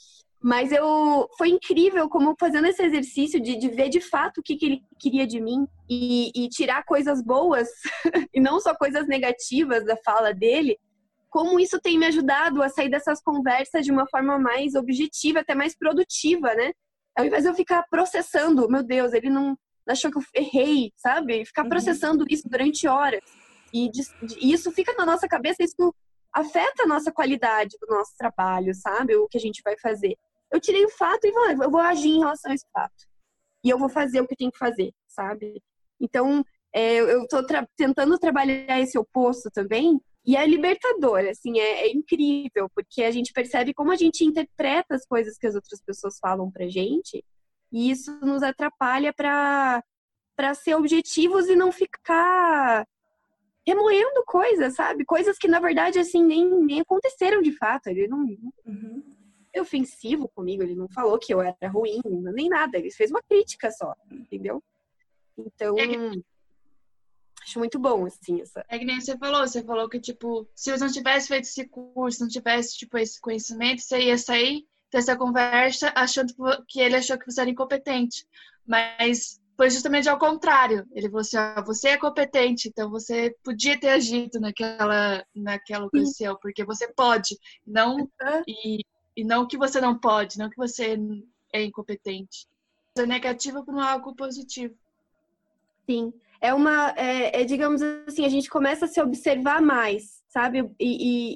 Mas eu foi incrível como fazendo esse exercício de, de ver de fato o que, que ele queria de mim e, e tirar coisas boas e não só coisas negativas da fala dele, como isso tem me ajudado a sair dessas conversas de uma forma mais objetiva, até mais produtiva, né? Ao invés de eu ficar processando, meu Deus, ele não achou que eu errei, sabe? Ficar processando isso durante horas. E, de, e isso fica na nossa cabeça, isso afeta a nossa qualidade do nosso trabalho, sabe? O que a gente vai fazer. Eu tirei o fato e falei, eu vou agir em relação a esse fato. E eu vou fazer o que eu tenho que fazer, sabe? Então, é, eu tô tra- tentando trabalhar esse oposto também. E é libertador, assim, é, é incrível. Porque a gente percebe como a gente interpreta as coisas que as outras pessoas falam pra gente. E isso nos atrapalha pra, pra ser objetivos e não ficar remoendo coisas, sabe? Coisas que, na verdade, assim, nem, nem aconteceram de fato. Ele não... Uhum. É ofensivo comigo, ele não falou que eu era ruim, nem nada, ele fez uma crítica só, entendeu? Então, é que, acho muito bom, assim, essa... É que nem você falou, você falou que, tipo, se eu não tivesse feito esse curso, não tivesse, tipo, esse conhecimento, você ia sair dessa conversa achando que ele achou que você era incompetente, mas foi justamente ao contrário, ele falou assim, ó, você é competente, então você podia ter agido naquela, naquela ocasião, porque você pode, não... E, E não que você não pode, não que você é incompetente. É negativo para algo positivo. Sim. É uma, é, é, digamos assim, a gente começa a se observar mais, sabe? E,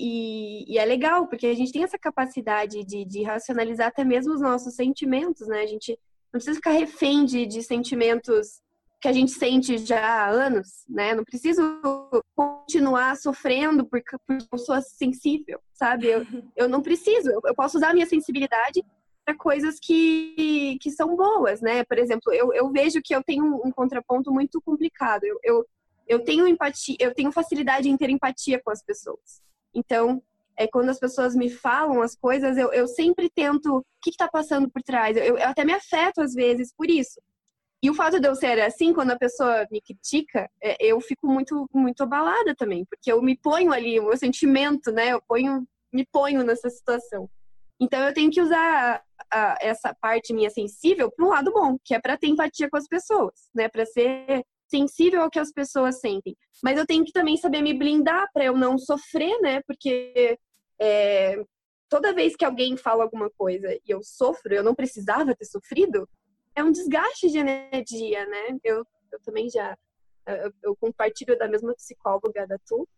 e, e é legal, porque a gente tem essa capacidade de, de racionalizar até mesmo os nossos sentimentos, né? A gente não precisa ficar refém de, de sentimentos que a gente sente já há anos, né? Não preciso continuar sofrendo porque, porque eu sou sensível, sabe? Eu, eu não preciso, eu, eu posso usar a minha sensibilidade para coisas que, que são boas, né? Por exemplo, eu, eu vejo que eu tenho um, um contraponto muito complicado. Eu, eu, eu tenho empatia, eu tenho facilidade em ter empatia com as pessoas. Então, é, quando as pessoas me falam as coisas, eu, eu sempre tento, o que está passando por trás? Eu, eu até me afeto às vezes por isso. E o fato de eu ser assim, quando a pessoa me critica, eu fico muito, muito abalada também, porque eu me ponho ali, o meu sentimento, né? Eu ponho, me ponho nessa situação. Então eu tenho que usar a, a, essa parte minha sensível para um lado bom, que é para ter empatia com as pessoas, né? Para ser sensível ao que as pessoas sentem. Mas eu tenho que também saber me blindar para eu não sofrer, né? Porque é, toda vez que alguém fala alguma coisa e eu sofro, eu não precisava ter sofrido, é um desgaste de energia, né? Eu, eu também já... Eu, eu compartilho da mesma psicóloga da Tu.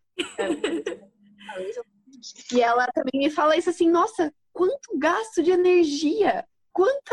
E ela também me fala isso assim, nossa, quanto gasto de energia! Quanta...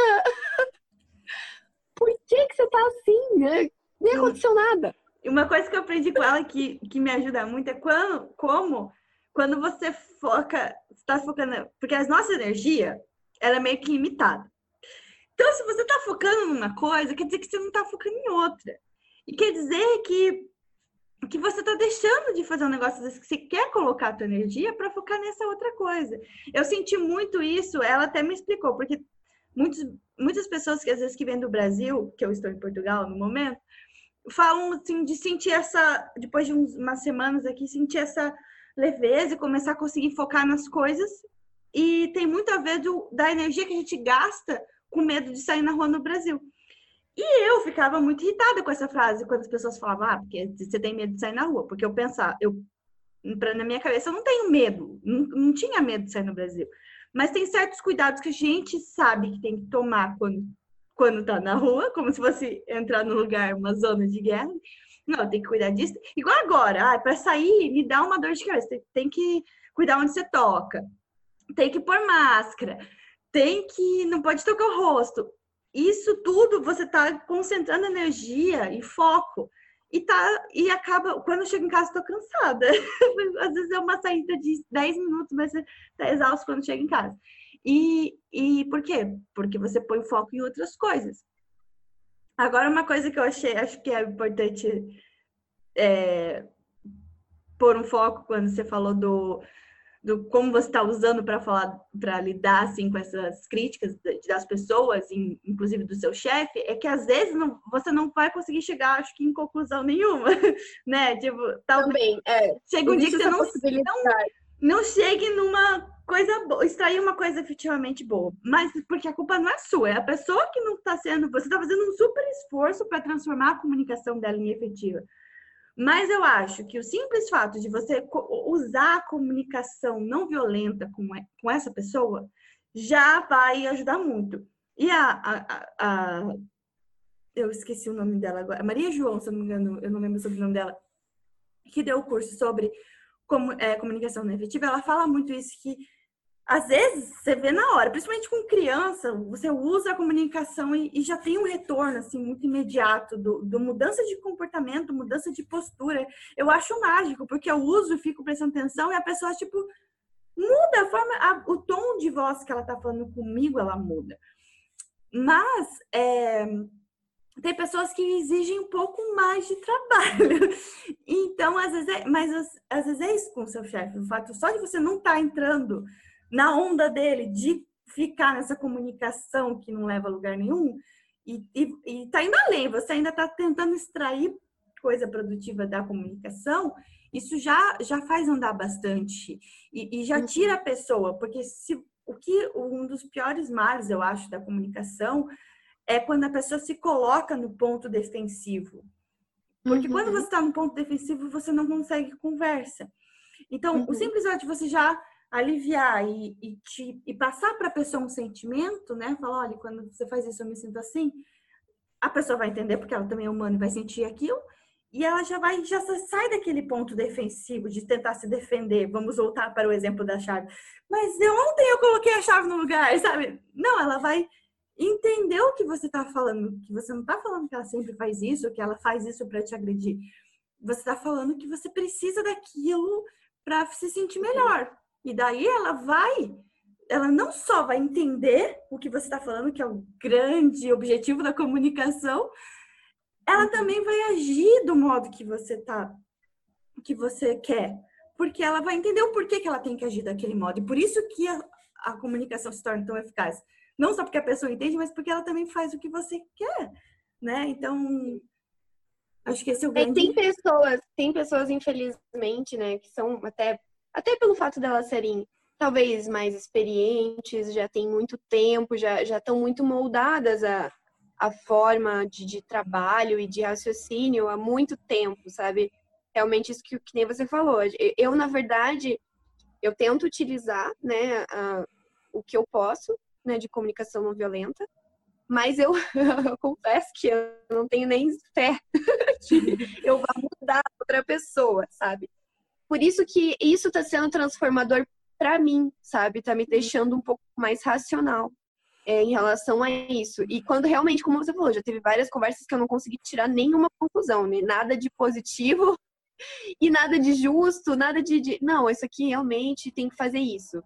Por que que você tá assim, né? Nem aconteceu nada. Uma coisa que eu aprendi com ela que, que me ajuda muito é quando, como quando você foca... Você tá focando... Porque a nossa energia, ela é meio que limitada. Então, se você está focando numa coisa, quer dizer que você não está focando em outra. E quer dizer que, que você está deixando de fazer um negócio, às vezes, que você quer colocar a tua energia para focar nessa outra coisa. Eu senti muito isso, ela até me explicou, porque muitos, muitas pessoas que às vezes que vêm do Brasil, que eu estou em Portugal no momento, falam assim, de sentir essa, depois de umas semanas aqui, sentir essa leveza e começar a conseguir focar nas coisas. E tem muito a ver do, da energia que a gente gasta com medo de sair na rua no Brasil. E eu ficava muito irritada com essa frase, quando as pessoas falavam, ah, porque você tem medo de sair na rua. Porque eu pensava, eu, na minha cabeça, eu não tenho medo, não, não tinha medo de sair no Brasil. Mas tem certos cuidados que a gente sabe que tem que tomar quando, quando tá na rua, como se fosse entrar num lugar, uma zona de guerra. Não, tem que cuidar disso. Igual agora, ah, para sair, me dá uma dor de cabeça. Tem, tem que cuidar onde você toca. Tem que pôr máscara. Tem que... Não pode tocar o rosto. Isso tudo você está concentrando energia e foco. E, tá, e acaba... Quando eu chego em casa, estou cansada. Às vezes é uma saída de dez minutos, mas você está exausto quando chega em casa. E, e por quê? Porque você põe foco em outras coisas. Agora, uma coisa que eu achei... Acho que é importante é, pôr um foco quando você falou do... do como você está usando para falar, para lidar assim com essas críticas das pessoas, inclusive do seu chefe, é que às vezes não, você não vai conseguir chegar, acho que em conclusão nenhuma, né? Tipo, talvez também, é. chega um dia que você não, não não chegue numa coisa boa, extrair uma coisa efetivamente boa. Mas porque a culpa não é sua, é a pessoa que não está sendo... Você está fazendo um super esforço para transformar a comunicação dela em efetiva. Mas eu acho que o simples fato de você usar a comunicação não violenta com, com essa pessoa já vai ajudar muito. E a, a, a, a... Eu esqueci o nome dela agora. Maria João, se eu não me engano, eu não lembro sobre o nome dela, que deu o curso sobre como, é, comunicação não efetiva, ela fala muito isso, que às vezes você vê na hora, principalmente com criança, você usa a comunicação e, e já tem um retorno assim, muito imediato do, do mudança de comportamento, mudança de postura. Eu acho mágico, porque eu uso e fico prestando atenção e a pessoa, tipo, muda a forma, a, o tom de voz que ela tá falando comigo, ela muda. Mas é, tem pessoas que exigem um pouco mais de trabalho. Então, às vezes é, mas às vezes é isso com o seu chefe. O fato só de você não estar tá entrando na onda dele, de ficar nessa comunicação que não leva a lugar nenhum, e, e, e tá indo além, você ainda tá tentando extrair coisa produtiva da comunicação, isso já, já faz andar bastante. E, e já tira a pessoa, porque se, o que um dos piores males, eu acho, da comunicação é quando a pessoa se coloca no ponto defensivo. Porque uhum. quando você está no ponto defensivo, você não consegue conversa. Então, uhum. o simples fato de você já aliviar e, e, te, e passar para a pessoa um sentimento, né? Falar, olha, quando você faz isso, eu me sinto assim. A pessoa vai entender, porque ela também é humana e vai sentir aquilo. E ela já vai, já sai daquele ponto defensivo de tentar se defender. Vamos voltar para o exemplo da chave. Mas eu ontem eu coloquei a chave no lugar, sabe? Não, ela vai entender o que você está falando. Que você não está falando que ela sempre faz isso, que ela faz isso para te agredir. Você está falando que você precisa daquilo para se sentir melhor. E daí ela vai, ela não só vai entender o que você está falando, que é o grande objetivo da comunicação, ela uhum. também vai agir do modo que você tá, que você quer. Porque ela vai entender o porquê que ela tem que agir daquele modo. E por isso que a, a comunicação se torna tão eficaz. Não só porque a pessoa entende, mas porque ela também faz o que você quer, né? Então, acho que esse é o grande... É, tem pessoas, tem pessoas, infelizmente, né, que são até... Até pelo fato delas serem talvez mais experientes, já tem muito tempo, já já estão muito moldadas a, a forma de, de trabalho e de raciocínio há muito tempo, sabe? Realmente isso que, que nem você falou. Eu, eu, na verdade, eu tento utilizar, né, a, o que eu posso, né, de comunicação não violenta, mas eu, eu confesso que eu não tenho nem fé que eu vá mudar outra pessoa, sabe? Por isso que isso está sendo transformador para mim, sabe? Tá me deixando um pouco mais racional é, em relação a isso. E quando realmente, como você falou, já teve várias conversas que eu não consegui tirar nenhuma conclusão, né? Nada de positivo e nada de justo, nada de... de... Não, isso aqui realmente tem que fazer isso.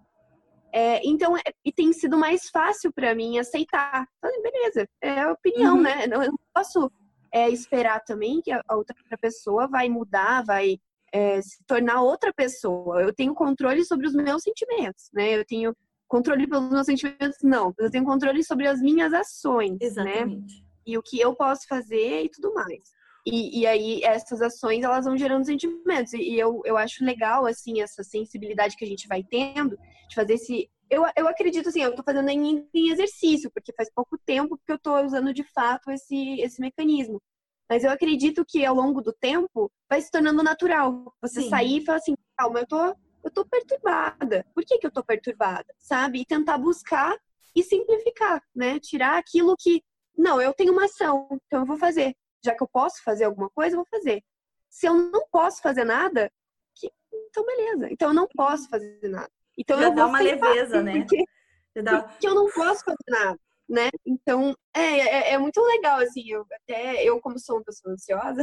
É, então, é, e tem sido mais fácil para mim aceitar. Falei, beleza, é a opinião, uhum. né? Eu não posso é, esperar também que a outra pessoa vai mudar, vai... É, se tornar outra pessoa. Eu tenho controle sobre os meus sentimentos, né? Eu tenho controle pelos meus sentimentos, não. Eu tenho controle sobre as minhas ações, Exatamente. Né? E o que eu posso fazer e tudo mais. E, e aí, essas ações, elas vão gerando sentimentos. E, e eu, eu acho legal, assim, essa sensibilidade que a gente vai tendo de fazer esse... Eu, eu acredito, assim, eu tô fazendo em, em exercício, porque faz pouco tempo que eu tô usando, de fato, esse, esse mecanismo. Mas eu acredito que ao longo do tempo vai se tornando natural. Você Sim. sair e falar assim, calma, eu tô, eu tô perturbada. Por que que eu tô perturbada? Sabe? E tentar buscar e simplificar, né? Tirar aquilo que, não, eu tenho uma ação, então eu vou fazer. Já que eu posso fazer alguma coisa, eu vou fazer. Se eu não posso fazer nada, que, então beleza. Então eu não posso fazer nada. Então Já eu dá vou uma leveza, né? Porque, dá... porque eu não posso fazer nada. Né? Então, é, é, é muito legal, assim, eu, até eu como sou uma pessoa ansiosa,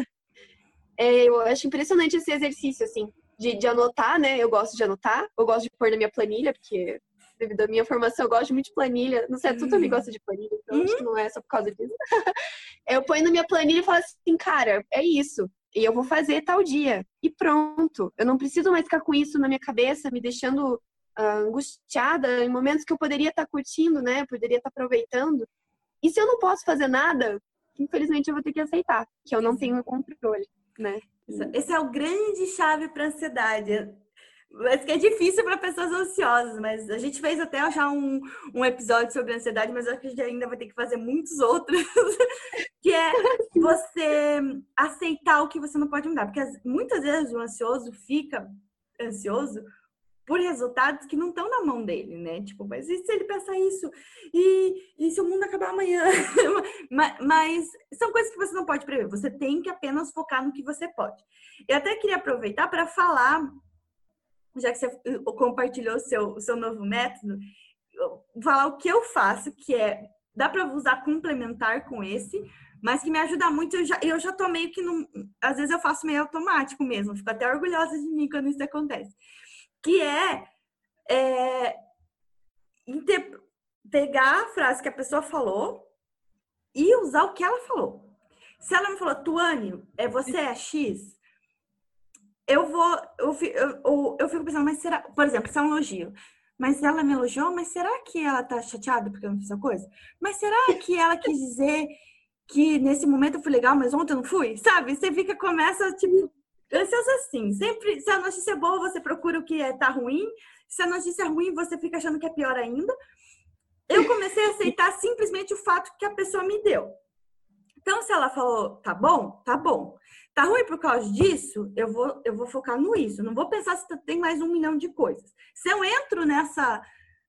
é, eu acho impressionante esse exercício, assim, de, de anotar, né? Eu gosto de anotar, eu gosto de pôr na minha planilha, porque devido à minha formação eu gosto muito de planilha, não sei, tu também gosta de planilha, então uhum. acho que não é só por causa disso. Eu ponho na minha planilha e falo assim, cara, é isso, e eu vou fazer tal dia, e pronto, eu não preciso mais ficar com isso na minha cabeça, me deixando... angustiada em momentos que eu poderia estar curtindo, né? Eu poderia estar aproveitando. E se eu não posso fazer nada, infelizmente eu vou ter que aceitar que eu não tenho controle, né? Esse é o grande chave para ansiedade. Mas que é difícil para pessoas ansiosas, mas a gente fez até já um, um episódio sobre ansiedade, mas eu acho que a gente ainda vai ter que fazer muitos outros, que é você aceitar o que você não pode mudar, porque muitas vezes o ansioso fica ansioso por resultados que não estão na mão dele, né? Tipo, mas e se ele pensar isso? E, e se o mundo acabar amanhã? mas, mas são coisas que você não pode prever, você tem que apenas focar no que você pode. Eu até queria aproveitar para falar, já que você compartilhou o seu, o seu novo método, falar o que eu faço, que é, dá para usar complementar com esse, mas que me ajuda muito. Eu já, eu já tô meio que, num, às vezes eu faço meio automático mesmo, fico até orgulhosa de mim quando isso acontece. Que é, é inter, pegar a frase que a pessoa falou e usar o que ela falou. Se ela me falou, Tuane, é, você é X, eu vou, eu, eu, eu, eu fico pensando, mas será, por exemplo, isso é um elogio, mas ela me elogiou, mas será que ela tá chateada porque eu não fiz a coisa? Mas será que ela quis dizer que nesse momento eu fui legal, mas ontem eu não fui? Sabe? Você fica, começa, tipo, ansioso assim. Sempre, se a notícia é boa, você procura o que é, tá ruim. Se a notícia é ruim, você fica achando que é pior ainda. Eu comecei a aceitar simplesmente o fato que a pessoa me deu. Então, se ela falou, tá bom, tá bom. Tá ruim por causa disso, eu vou, eu vou focar no isso. Não vou pensar se tem mais um milhão de coisas. Se eu entro nessa,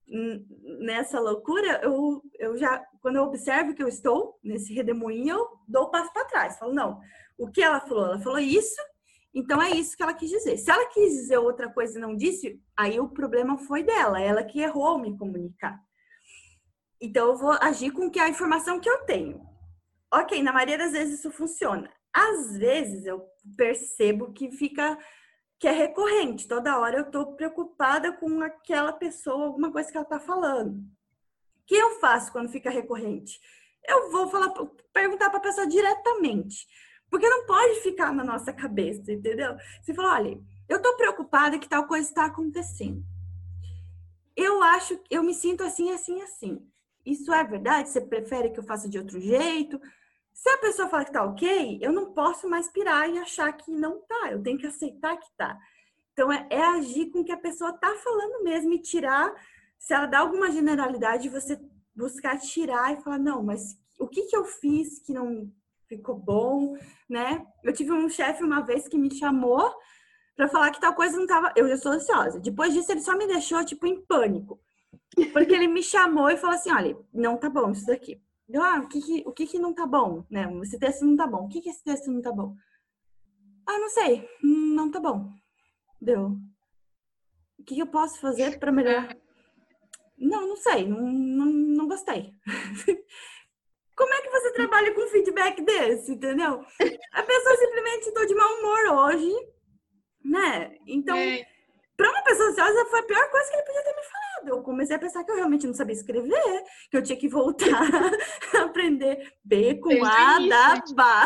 nessa loucura, eu, eu já, quando eu observo que eu estou nesse redemoinho, eu dou o passo para trás. Falo, não, o que ela falou? Ela falou isso, então é isso que ela quis dizer. Se ela quis dizer outra coisa e não disse, aí o problema foi dela, ela que errou ao me comunicar. Então, eu vou agir com que a informação que eu tenho. Ok, na maioria das vezes isso funciona. Às vezes eu percebo que fica, que é recorrente. Toda hora eu tô preocupada com aquela pessoa, alguma coisa que ela tá falando. O que eu faço quando fica recorrente? Eu vou falar, perguntar para a pessoa diretamente. Porque não pode ficar na nossa cabeça, entendeu? Você fala, olha, eu tô preocupada que tal coisa está acontecendo. Eu acho, eu me sinto assim, assim, assim. Isso é verdade? Você prefere que eu faça de outro jeito? Se a pessoa fala que tá ok, eu não posso mais pirar e achar que não tá. Eu tenho que aceitar que tá. Então, é, é agir com o que a pessoa tá falando mesmo e tirar. Se ela dá alguma generalidade, você buscar tirar e falar, não, mas o que que eu fiz que não ficou bom, né? Eu tive um chefe uma vez que me chamou pra falar que tal coisa não tava... Eu já sou ansiosa. Depois disso, ele só me deixou, tipo, em pânico. Porque ele me chamou e falou assim, olha, não tá bom isso daqui. Eu, ah, o que que, o que que não tá bom, né? Esse texto não tá bom. O que que esse texto não tá bom? Ah, não sei. Não tá bom. Deu. O que que eu posso fazer para melhorar? Não, não sei. Não, não, não gostei. Como é que você trabalha com feedback desse, entendeu? A pessoa simplesmente tô de mau humor hoje, né? Então, é. Para uma pessoa ansiosa, foi a pior coisa que ele podia ter me falado. Eu comecei a pensar que eu realmente não sabia escrever, que eu tinha que voltar a aprender B com Desde A da Bá.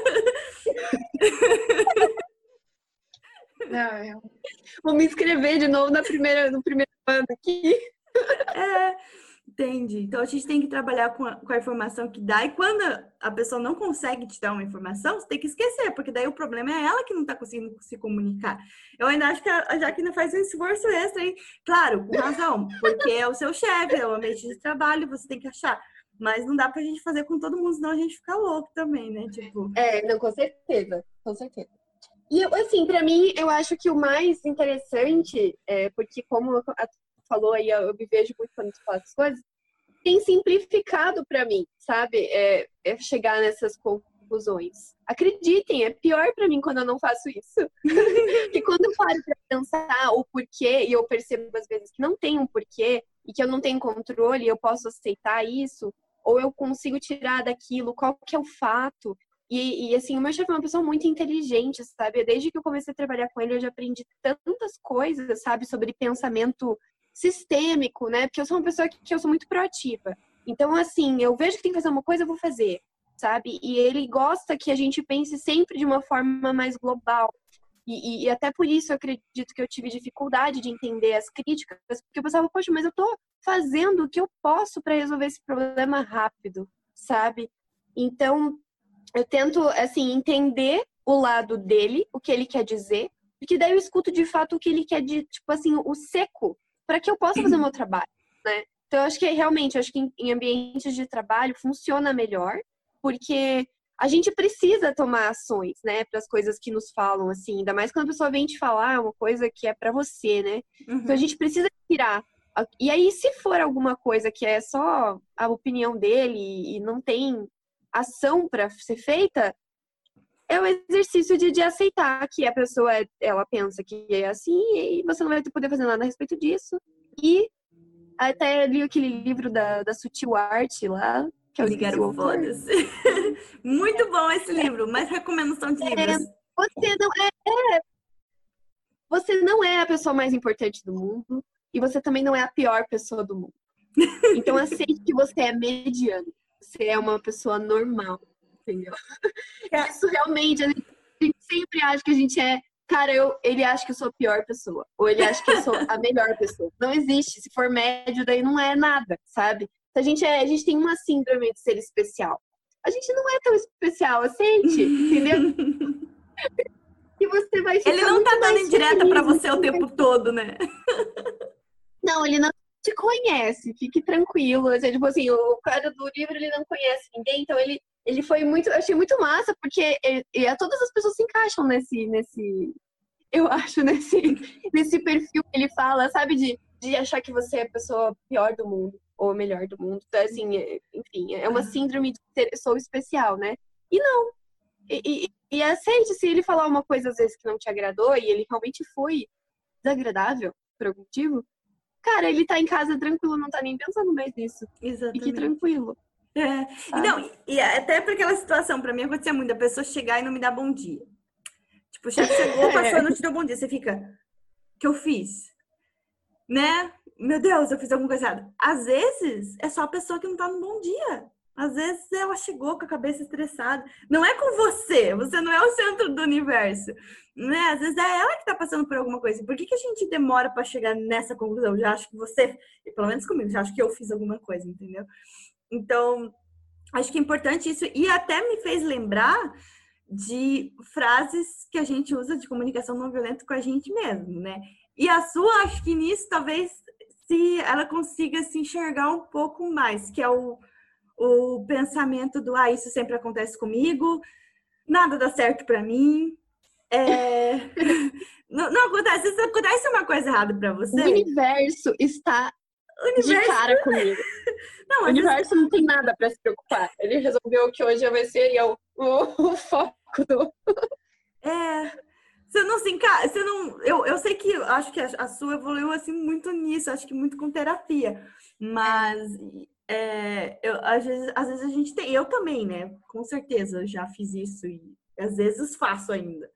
Não, eu vou me inscrever de novo na primeira, no primeiro ano aqui. É, entendi. Então, a gente tem que trabalhar com a, com a informação que dá. E quando a pessoa não consegue te dar uma informação, você tem que esquecer, porque daí o problema é ela que não está conseguindo se comunicar. Eu ainda acho que a Jaquina faz um esforço extra aí. Claro, com razão, porque é o seu chefe, é o ambiente de trabalho, você tem que achar. Mas não dá pra gente fazer com todo mundo, senão a gente fica louco também, né? Tipo... É, não, com certeza, com certeza. E, assim, pra mim, eu acho que o mais interessante, é porque como a falou aí, eu me vejo muito quando tu fala essas coisas, tem simplificado pra mim, sabe? É, é chegar nessas conclusões. Acreditem, é pior pra mim quando eu não faço isso. Porque quando eu paro pra pensar o porquê, e eu percebo às vezes que não tem um porquê, e que eu não tenho controle, eu posso aceitar isso, ou eu consigo tirar daquilo qual que é o fato. E, e assim, o meu chefe é uma pessoa muito inteligente, sabe? Desde que eu comecei a trabalhar com ele, eu já aprendi tantas coisas, sabe? Sobre pensamento sistêmico, né? Porque eu sou uma pessoa que, que eu sou muito proativa. Então, assim, eu vejo que tem que fazer uma coisa, eu vou fazer, sabe? E ele gosta que a gente pense sempre de uma forma mais global. E, e, e até por isso eu acredito que eu tive dificuldade de entender as críticas, porque eu pensava, poxa, mas eu tô fazendo o que eu posso para resolver esse problema rápido, sabe? Então, eu tento, assim, entender o lado dele, o que ele quer dizer, Porque daí eu escuto de fato o que ele quer de, tipo assim, o seco, para que eu possa fazer o meu trabalho, né? Então, eu acho que realmente, eu acho que em, em ambientes de trabalho funciona melhor, porque a gente precisa tomar ações, né, para as coisas que nos falam, assim, ainda mais quando a pessoa vem te falar uma coisa que é para você, né? Uhum. Então, a gente precisa tirar. E aí, se for alguma coisa que é só a opinião dele e não tem ação para ser feita, é o exercício de, de aceitar que a pessoa, ela pensa que é assim e você não vai poder fazer nada a respeito disso. E até li aquele livro da, da Sutil Arte lá, que eu esqueci o Ligaram, autor. foda-se. Muito bom esse livro, mais recomendação de livros. É, você não é, é, você não é a pessoa mais importante do mundo e você também não é a pior pessoa do mundo. Então aceite que você é mediano. Você é uma pessoa normal, entendeu? Isso realmente, a gente, a gente sempre acha que a gente é... Cara, eu, ele acha que eu sou a pior pessoa. Ou ele acha que eu sou a melhor pessoa. Não existe. Se for médio, daí não é nada, sabe? A gente, é, a gente tem uma síndrome de ser especial. A gente não é tão especial, aceite, entendeu? E você vai ficar Ele não tá dando indireta pra você o tempo todo, né? Não, ele não te conhece, fique tranquilo. Assim, tipo assim, o cara do livro, ele não conhece ninguém, então ele, ele foi muito... Eu achei muito massa, porque ele, e todas as pessoas se encaixam nesse... nesse eu acho, nesse, nesse perfil que ele fala, sabe? De, de achar que você é a pessoa pior do mundo, ou a melhor do mundo. Então, assim, é, enfim, é uma síndrome de ser, sou especial, né? E não. E, e, e aceite se ele falar uma coisa, às vezes, que não te agradou, e ele realmente foi desagradável, por algum motivo. Cara, ele tá em casa tranquilo, não tá nem pensando mais nisso. Exatamente. Fique tranquilo. É. E, não, e até para aquela situação, pra mim acontecia muito, a pessoa chegar e não me dar bom dia. Tipo, o chefe chegou, passou, não te deu bom dia. Você fica, o que eu fiz? Né? Meu Deus, eu fiz alguma coisa errada. Às vezes, é só a pessoa que não tá no bom dia. Às vezes, ela chegou com a cabeça estressada. Não é com você. Você não é o centro do universo. Né? Às vezes, é ela que tá passando por alguma coisa. Por que, que a gente demora pra chegar nessa conclusão? Eu já acho que você, pelo menos comigo, já acho que eu fiz alguma coisa, entendeu? Então, acho que é importante isso. E até me fez lembrar de frases que a gente usa de comunicação não violenta com a gente mesmo, né? E a sua, acho que nisso, talvez, se ela consiga se enxergar um pouco mais, que é o, o pensamento do, ah, isso sempre acontece comigo, nada dá certo pra mim, é... não, não acontece, se acontece uma coisa errada pra você... O universo está o universo... de cara comigo. Não, o universo vezes... não tem nada pra se preocupar. Ele resolveu que hoje vai ser o, o, o foco do... É... Você não se enca... você não, eu, eu sei que eu acho que a, a sua evoluiu assim muito nisso, acho que muito com terapia, mas é, eu, às, vezes, às vezes a gente tem, eu também, né? Com certeza eu já fiz isso e às vezes faço ainda.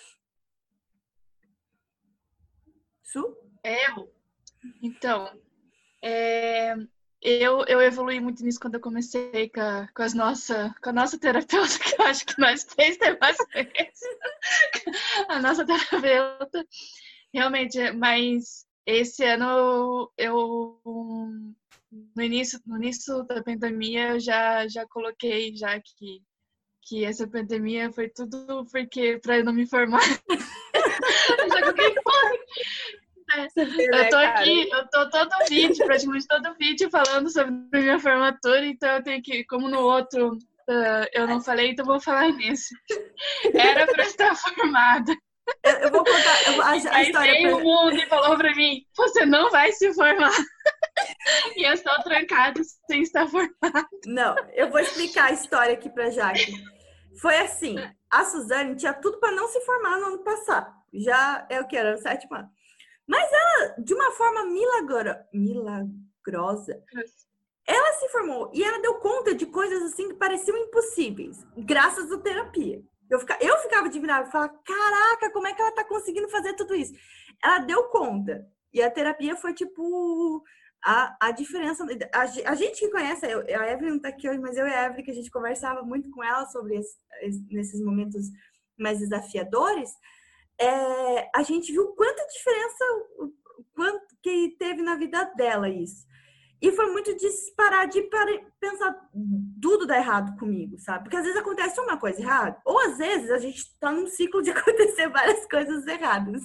Su? Eu? Então, é, eu, eu evolui muito nisso quando eu comecei com a, com as nossa, com a nossa terapeuta, que eu acho que nós três temos mais vezes. A nossa terapeuta. Realmente, mas esse ano eu, no início, no início da pandemia, eu já, já coloquei já que, que essa pandemia foi tudo porque para eu não me formar. Eu já coloquei fora. Eu tô aqui, eu tô todo vídeo, praticamente todo vídeo falando sobre a minha formatura, então eu tenho que, como no outro uh, eu não falei, então vou falar nesse. Era pra estar formada. Eu, eu vou contar eu, a, a Aí história. Aí veio pra... o mundo e falou pra mim, você não vai se formar. E eu estou trancada sem estar formada. Não, eu vou explicar a história aqui pra Jaque. Foi assim, a Suzane tinha tudo pra não se formar no ano passado. Já é o que? Era o sétimo ano. Mas ela, de uma forma milagro... milagrosa, ela se formou e ela deu conta de coisas assim que pareciam impossíveis, graças à terapia. Eu ficava, eu ficava admirada e falava, caraca, como é que ela tá conseguindo fazer tudo isso? Ela deu conta. E a terapia foi tipo a, a diferença. A, a gente que conhece, eu, a Evelyn não tá aqui hoje, mas eu e a Evelyn, que a gente conversava muito com ela sobre esse, nesses momentos mais desafiadores. É, a gente viu quanta diferença, quanto que teve na vida dela isso. E foi muito de parar de pensar tudo dá errado comigo, sabe? Porque às vezes acontece uma coisa errada, ou às vezes a gente tá num ciclo de acontecer várias coisas erradas.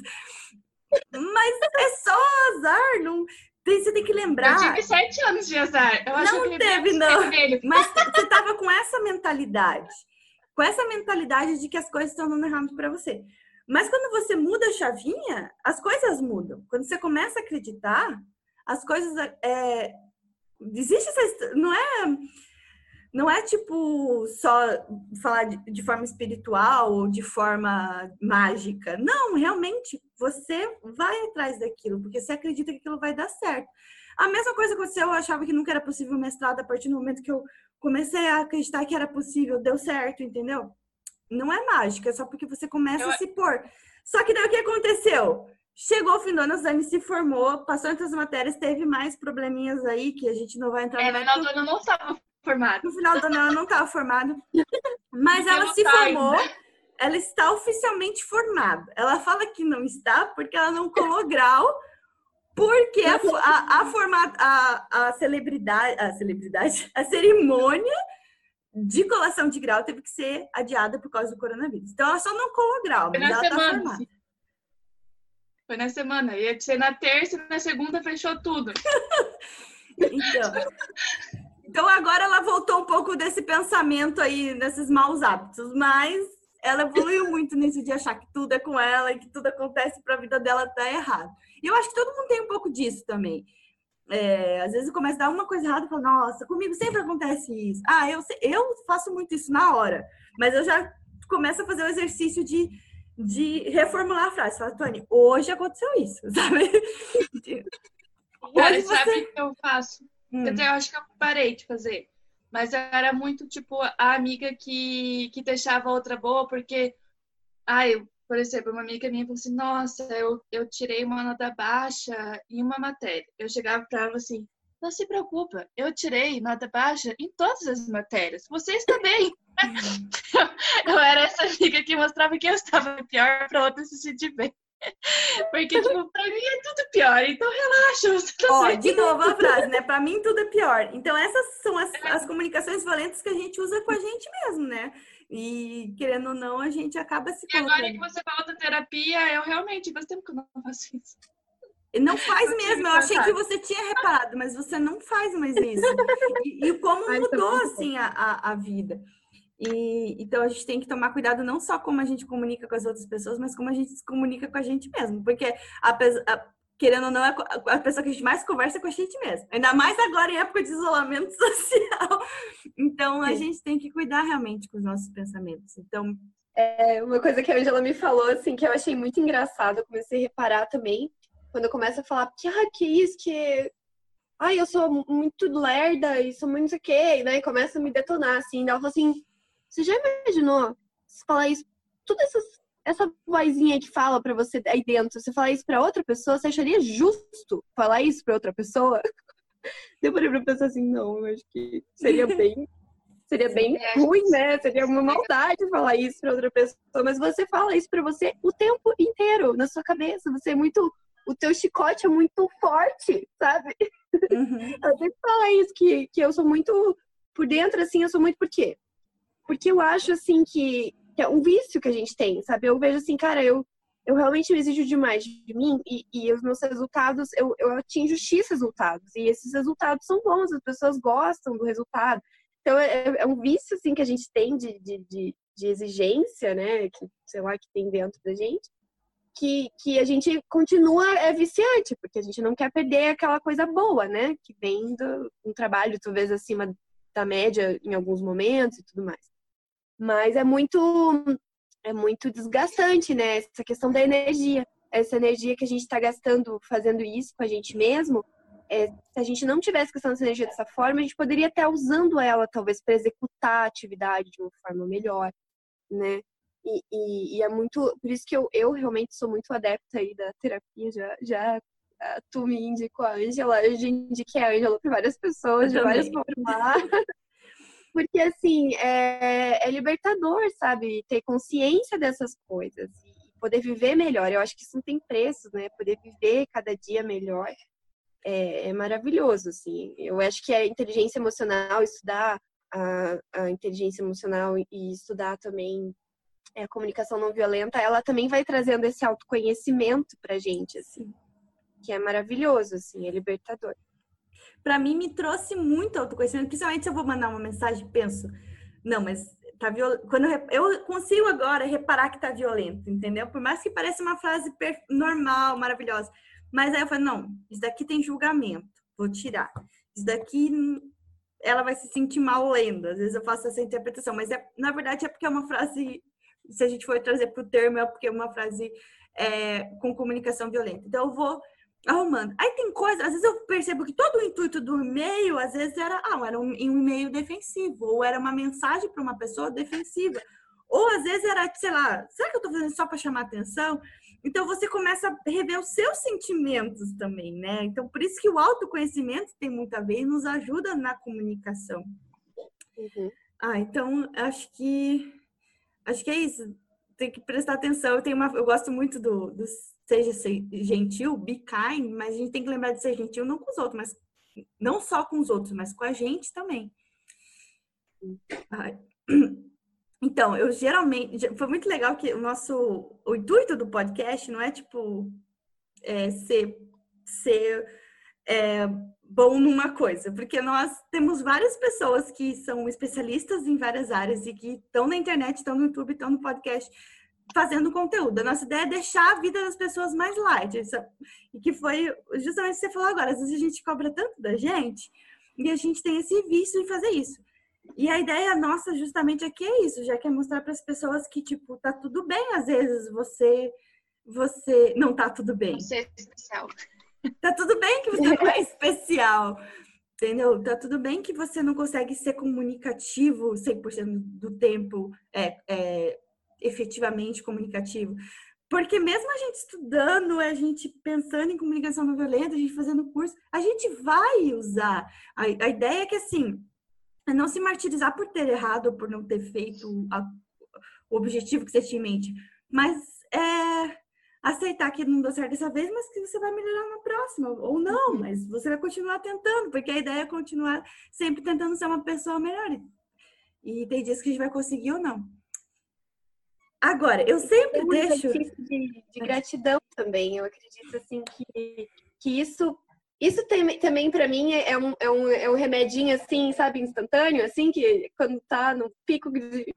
Mas é só azar, não... Você tem que lembrar... Eu tive sete anos de azar. Eu acho não que teve, não. Mas você tava com essa mentalidade. Com essa mentalidade de que as coisas estão dando errado pra você. Mas quando você muda a chavinha, as coisas mudam. Quando você começa a acreditar, as coisas... É... Existe essa... Não é... Não é, tipo, só falar de, de forma espiritual ou de forma mágica. Não, realmente, você vai atrás daquilo, porque você acredita que aquilo vai dar certo. A mesma coisa aconteceu, eu achava que nunca era possível mestrado, a partir do momento que eu comecei a acreditar que era possível, deu certo, entendeu? Não é mágica, é só porque você começa eu... a se pôr. Só que daí o que aconteceu? Chegou o fim do ano, a Zane se formou, passou entre as matérias, teve mais probleminhas aí, que a gente não vai entrar é, no... É, no final do ano não estava formada. No final do ano ela não estava formada, mas ela se formou, ela está oficialmente formada. Ela fala que não está porque ela não colou grau, porque a, a, a, forma, a, a celebridade, a celebridade, a cerimônia de colação de grau teve que ser adiada por causa do coronavírus. Então ela só não colou grau, mas ela está formada. Foi na semana, ia ser na terça e na segunda fechou tudo. Então... Então, agora ela voltou um pouco desse pensamento aí, desses maus hábitos, mas ela evoluiu muito nisso de achar que tudo é com ela e que tudo acontece para a vida dela tá errado. E eu acho que todo mundo tem um pouco disso também. É, às vezes eu começo a dar uma coisa errada e falo, nossa, comigo sempre acontece isso. Ah, eu, eu faço muito isso na hora, mas eu já começo a fazer o exercício de, de reformular a frase. Falo, Tony, hoje aconteceu isso, sabe? Cara, hoje você... sabe o que eu faço? Hum. Eu acho que eu parei de fazer. Mas eu era muito, tipo, a amiga que, que deixava a outra boa, porque... Ah, eu, por exemplo, uma amiga minha falou assim, nossa, eu, eu tirei uma nota baixa em uma matéria. Eu chegava pra ela assim, não se preocupa, eu tirei nota baixa em todas as matérias. Vocês também. eu, eu era essa amiga que mostrava que eu estava pior pra outra se sentir bem. Porque, tipo, pra mim é tudo pior, então relaxa, você tá Ó, de novo a frase, né? Pra mim tudo é pior. Então essas são as, as comunicações violentas que a gente usa com a gente mesmo, né? E, querendo ou não, a gente acaba se colocando... E agora que você fala da terapia, eu realmente, faz tempo que eu não faço isso. Não faz mesmo, eu achei que você tinha reparado, mas você não faz mais isso. E, e como mudou, assim, a, a, a vida. E, então, a gente tem que tomar cuidado não só como a gente comunica com as outras pessoas, mas como a gente se comunica com a gente mesmo. Porque, a, a, querendo ou não, a, a pessoa que a gente mais conversa é com a gente mesmo. Ainda mais agora em época de isolamento social. Então, a Sim. gente tem que cuidar realmente com os nossos pensamentos. Então, é uma coisa que a Angela me falou, assim, que eu achei muito engraçado, eu comecei a reparar também, quando eu começo a falar, que, ah, que isso, que... Ai, eu sou muito lerda e sou muito o quê, e daí começa a me detonar, assim. Ela falou assim... Você já imaginou se falar isso? Toda essa, essa vozinha que fala pra você aí dentro, você falar isso pra outra pessoa, você acharia justo falar isso pra outra pessoa? Eu parei pra pensar assim, não, eu acho que seria bem, seria bem ruim, né? Seria uma maldade falar isso pra outra pessoa. Mas você fala isso pra você o tempo inteiro, na sua cabeça. Você é muito... O teu chicote é muito forte, sabe? Uhum. Ela sempre fala isso, que, que eu sou muito... Por dentro, assim, eu sou muito... Por quê? Porque eu acho, assim, que, que é um vício que a gente tem, sabe? Eu vejo assim, cara, eu, eu realmente me exijo demais de mim e, e os meus resultados, eu, eu atinjo X resultados. E esses resultados são bons, as pessoas gostam do resultado. Então, é, é um vício, assim, que a gente tem de, de, de, de exigência, né? Que, sei lá, que tem dentro da gente. Que, que a gente continua é viciante, porque a gente não quer perder aquela coisa boa, né? Que vem do um trabalho, talvez, acima da média em alguns momentos e tudo mais. Mas é muito, é muito desgastante, né? Essa questão da energia. Essa energia que a gente está gastando fazendo isso com a gente mesmo. É, se a gente não tivesse gastando essa energia dessa forma, a gente poderia estar usando ela, talvez, para executar a atividade de uma forma melhor, né? E, e, e é muito... Por isso que eu, eu realmente sou muito adepta aí da terapia. Já, já a, tu me indicou a Ângela, eu já indiquei a Ângela para várias pessoas, de várias formas. Porque, assim, é, é libertador, sabe? Ter consciência dessas coisas e poder viver melhor. Eu acho que isso não tem preço, né? Poder viver cada dia melhor. é, é maravilhoso, assim. Eu acho que a inteligência emocional, estudar a, a inteligência emocional e estudar também a comunicação não violenta, ela também vai trazendo esse autoconhecimento pra gente, assim, que é maravilhoso, assim, é libertador. Pra mim, me trouxe muito autoconhecimento, principalmente se eu vou mandar uma mensagem, penso, não, mas tá violento. Quando eu, eu consigo agora reparar que tá violento, entendeu? Por mais que pareça uma frase per... normal, maravilhosa. Mas aí eu falo, não, isso daqui tem julgamento, vou tirar. Isso daqui, ela vai se sentir mal lendo. Às vezes eu faço essa interpretação, mas é, na verdade é porque é uma frase, se a gente for trazer pro termo, é porque é uma frase é, com comunicação violenta. Então eu vou arrumando. Aí tem coisa, às vezes eu percebo que todo o intuito do e-mail, às vezes era, ah, era um, um e-mail defensivo, ou era uma mensagem para uma pessoa defensiva, ou às vezes era, sei lá, será que eu tô fazendo só para chamar atenção? Então você começa a rever os seus sentimentos também, né? Então por isso que o autoconhecimento tem muito a ver e nos ajuda na comunicação. Uhum. Ah, então acho que acho que é isso. Tem que prestar atenção. Eu tenho uma, eu gosto muito do, do seja gentil, be kind, mas a gente tem que lembrar de ser gentil não com os outros, mas não só com os outros, mas com a gente também. Ai. Então, eu geralmente foi muito legal que o nosso o intuito do podcast não é tipo é, ser ser é, bom numa coisa, porque nós temos várias pessoas que são especialistas em várias áreas e que estão na internet, estão no YouTube, estão no podcast fazendo conteúdo. A nossa ideia é deixar a vida das pessoas mais light. E que foi justamente o que você falou agora. Às vezes a gente cobra tanto da gente e a gente tem esse vício em fazer isso. E a ideia nossa justamente aqui é isso, já que é mostrar para as pessoas que, tipo, tá tudo bem. Às vezes você, você não tá tudo bem. Você é especial. Tá tudo bem que você não é especial. Entendeu? Tá tudo bem que você não consegue ser comunicativo cem por cento do tempo, é, é, efetivamente comunicativo. Porque mesmo a gente estudando, a gente pensando em comunicação não violenta, a gente fazendo curso, a gente vai usar. A, a ideia é que, assim, é não se martirizar por ter errado ou por não ter feito a, o objetivo que você tinha em mente, mas é aceitar que não deu certo dessa vez, mas que você vai melhorar na próxima, ou não, mas você vai continuar tentando, porque a ideia é continuar sempre tentando ser uma pessoa melhor. E tem dias que a gente vai conseguir ou não. Agora, eu sempre Tem um deixo... exercício de, de gratidão também. Eu acredito, assim, que, que isso... Isso tem, também, para mim, é um, é, um, é um remedinho, assim, sabe, instantâneo, assim, que quando tá no pico de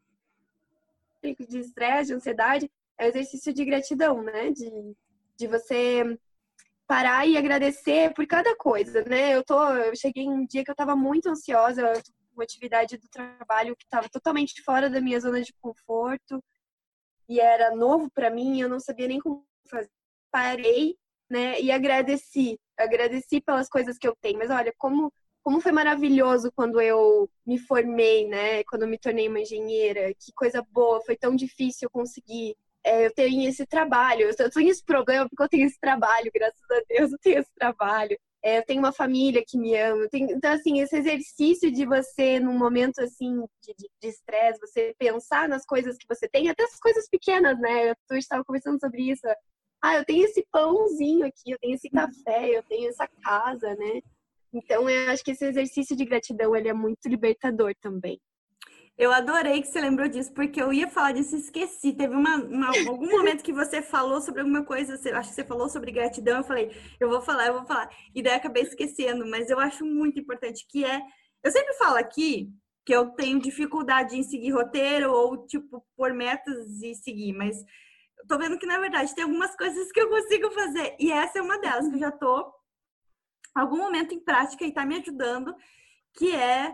pico de estresse, de ansiedade, é o exercício de gratidão, né? De, de você parar e agradecer por cada coisa, né? Eu, tô, eu cheguei um dia que eu tava muito ansiosa, uma atividade do trabalho que tava totalmente fora da minha zona de conforto e era novo para mim, eu não sabia nem como fazer. Parei, né? E agradeci. Agradeci pelas coisas que eu tenho. Mas olha, como, como foi maravilhoso quando eu me formei, né? Quando eu me tornei uma engenheira. Que coisa boa. Foi tão difícil eu conseguir. É, eu tenho esse trabalho. Eu tenho esse problema porque eu tenho esse trabalho. Graças a Deus eu tenho esse trabalho. É, eu tenho uma família que me ama. Tenho... Então, assim, esse exercício de você, num momento, assim, de estresse, você pensar nas coisas que você tem, até as coisas pequenas, né? Eu estava conversando sobre isso. Ah, eu tenho esse pãozinho aqui, eu tenho esse café, eu tenho essa casa, né? Então, eu acho que esse exercício de gratidão, ele é muito libertador também. Eu adorei que você lembrou disso, porque eu ia falar disso e esqueci. Teve uma, uma, algum momento que você falou sobre alguma coisa, acho que você falou sobre gratidão, eu falei, eu vou falar, eu vou falar. E daí eu acabei esquecendo, mas eu acho muito importante, que é... Eu sempre falo aqui que eu tenho dificuldade em seguir roteiro ou, tipo, pôr metas e seguir, mas... Tô vendo que, na verdade, tem algumas coisas que eu consigo fazer. E essa é uma delas, que eu já tô algum momento em prática e tá me ajudando, que é,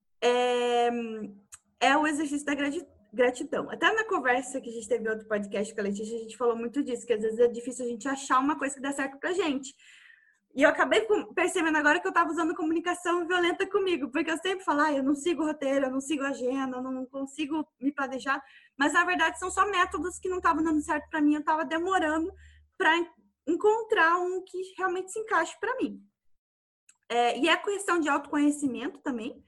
é, é o exercício da gratidão. Até na conversa que a gente teve em outro podcast com a Letícia, a gente falou muito disso, que às vezes é difícil a gente achar uma coisa que dá certo pra gente. E eu acabei percebendo agora que eu tava usando comunicação violenta comigo, porque eu sempre falo, ah, eu não sigo roteiro, eu não sigo agenda, eu não consigo me planejar, mas na verdade são só métodos que não estavam dando certo para mim, eu tava demorando para encontrar um que realmente se encaixe para mim. É, e é questão de autoconhecimento também,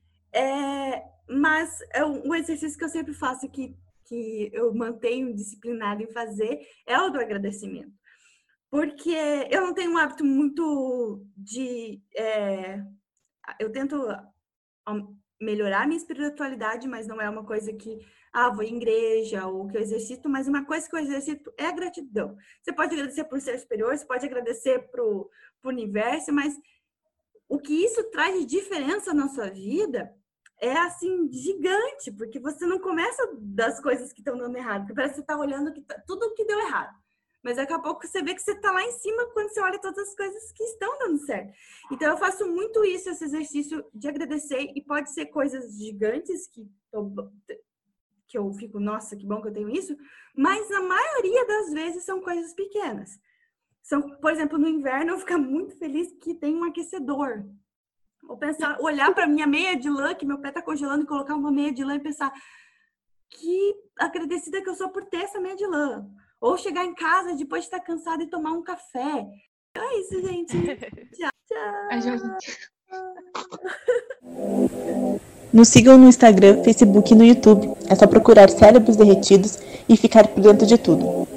é, mas é um exercício que eu sempre faço, que, que eu mantenho disciplinado em fazer, é o do agradecimento. porque eu não tenho um hábito muito de... É, eu tento melhorar minha espiritualidade, mas não é uma coisa que, ah, vou em igreja ou que eu exercito, mas uma coisa que eu exercito é a gratidão. Você pode agradecer por ser superior, você pode agradecer pro, pro universo, mas o que isso traz de diferença na sua vida é, assim, gigante, porque você não começa das coisas que estão dando errado, porque parece que você está olhando que tá, tudo o que deu errado. Mas daqui a pouco você vê que você está lá em cima quando você olha todas as coisas que estão dando certo. Então, eu faço muito isso, esse exercício de agradecer, e pode ser coisas gigantes que, eu, que eu fico, nossa, que bom que eu tenho isso, mas na maioria das vezes são coisas pequenas. São, por exemplo, no inverno eu fico muito feliz que tem um aquecedor. Ou pensar, olhar para minha meia de lã, que meu pé está congelando, e colocar uma meia de lã e pensar que agradecida que eu sou por ter essa meia de lã. Ou chegar em casa depois de estar cansada e tomar um café. É isso, gente. Tchau, tchau. Nos sigam no Instagram, Facebook e no YouTube. É só procurar Cérebros Derretidos e ficar por dentro de tudo.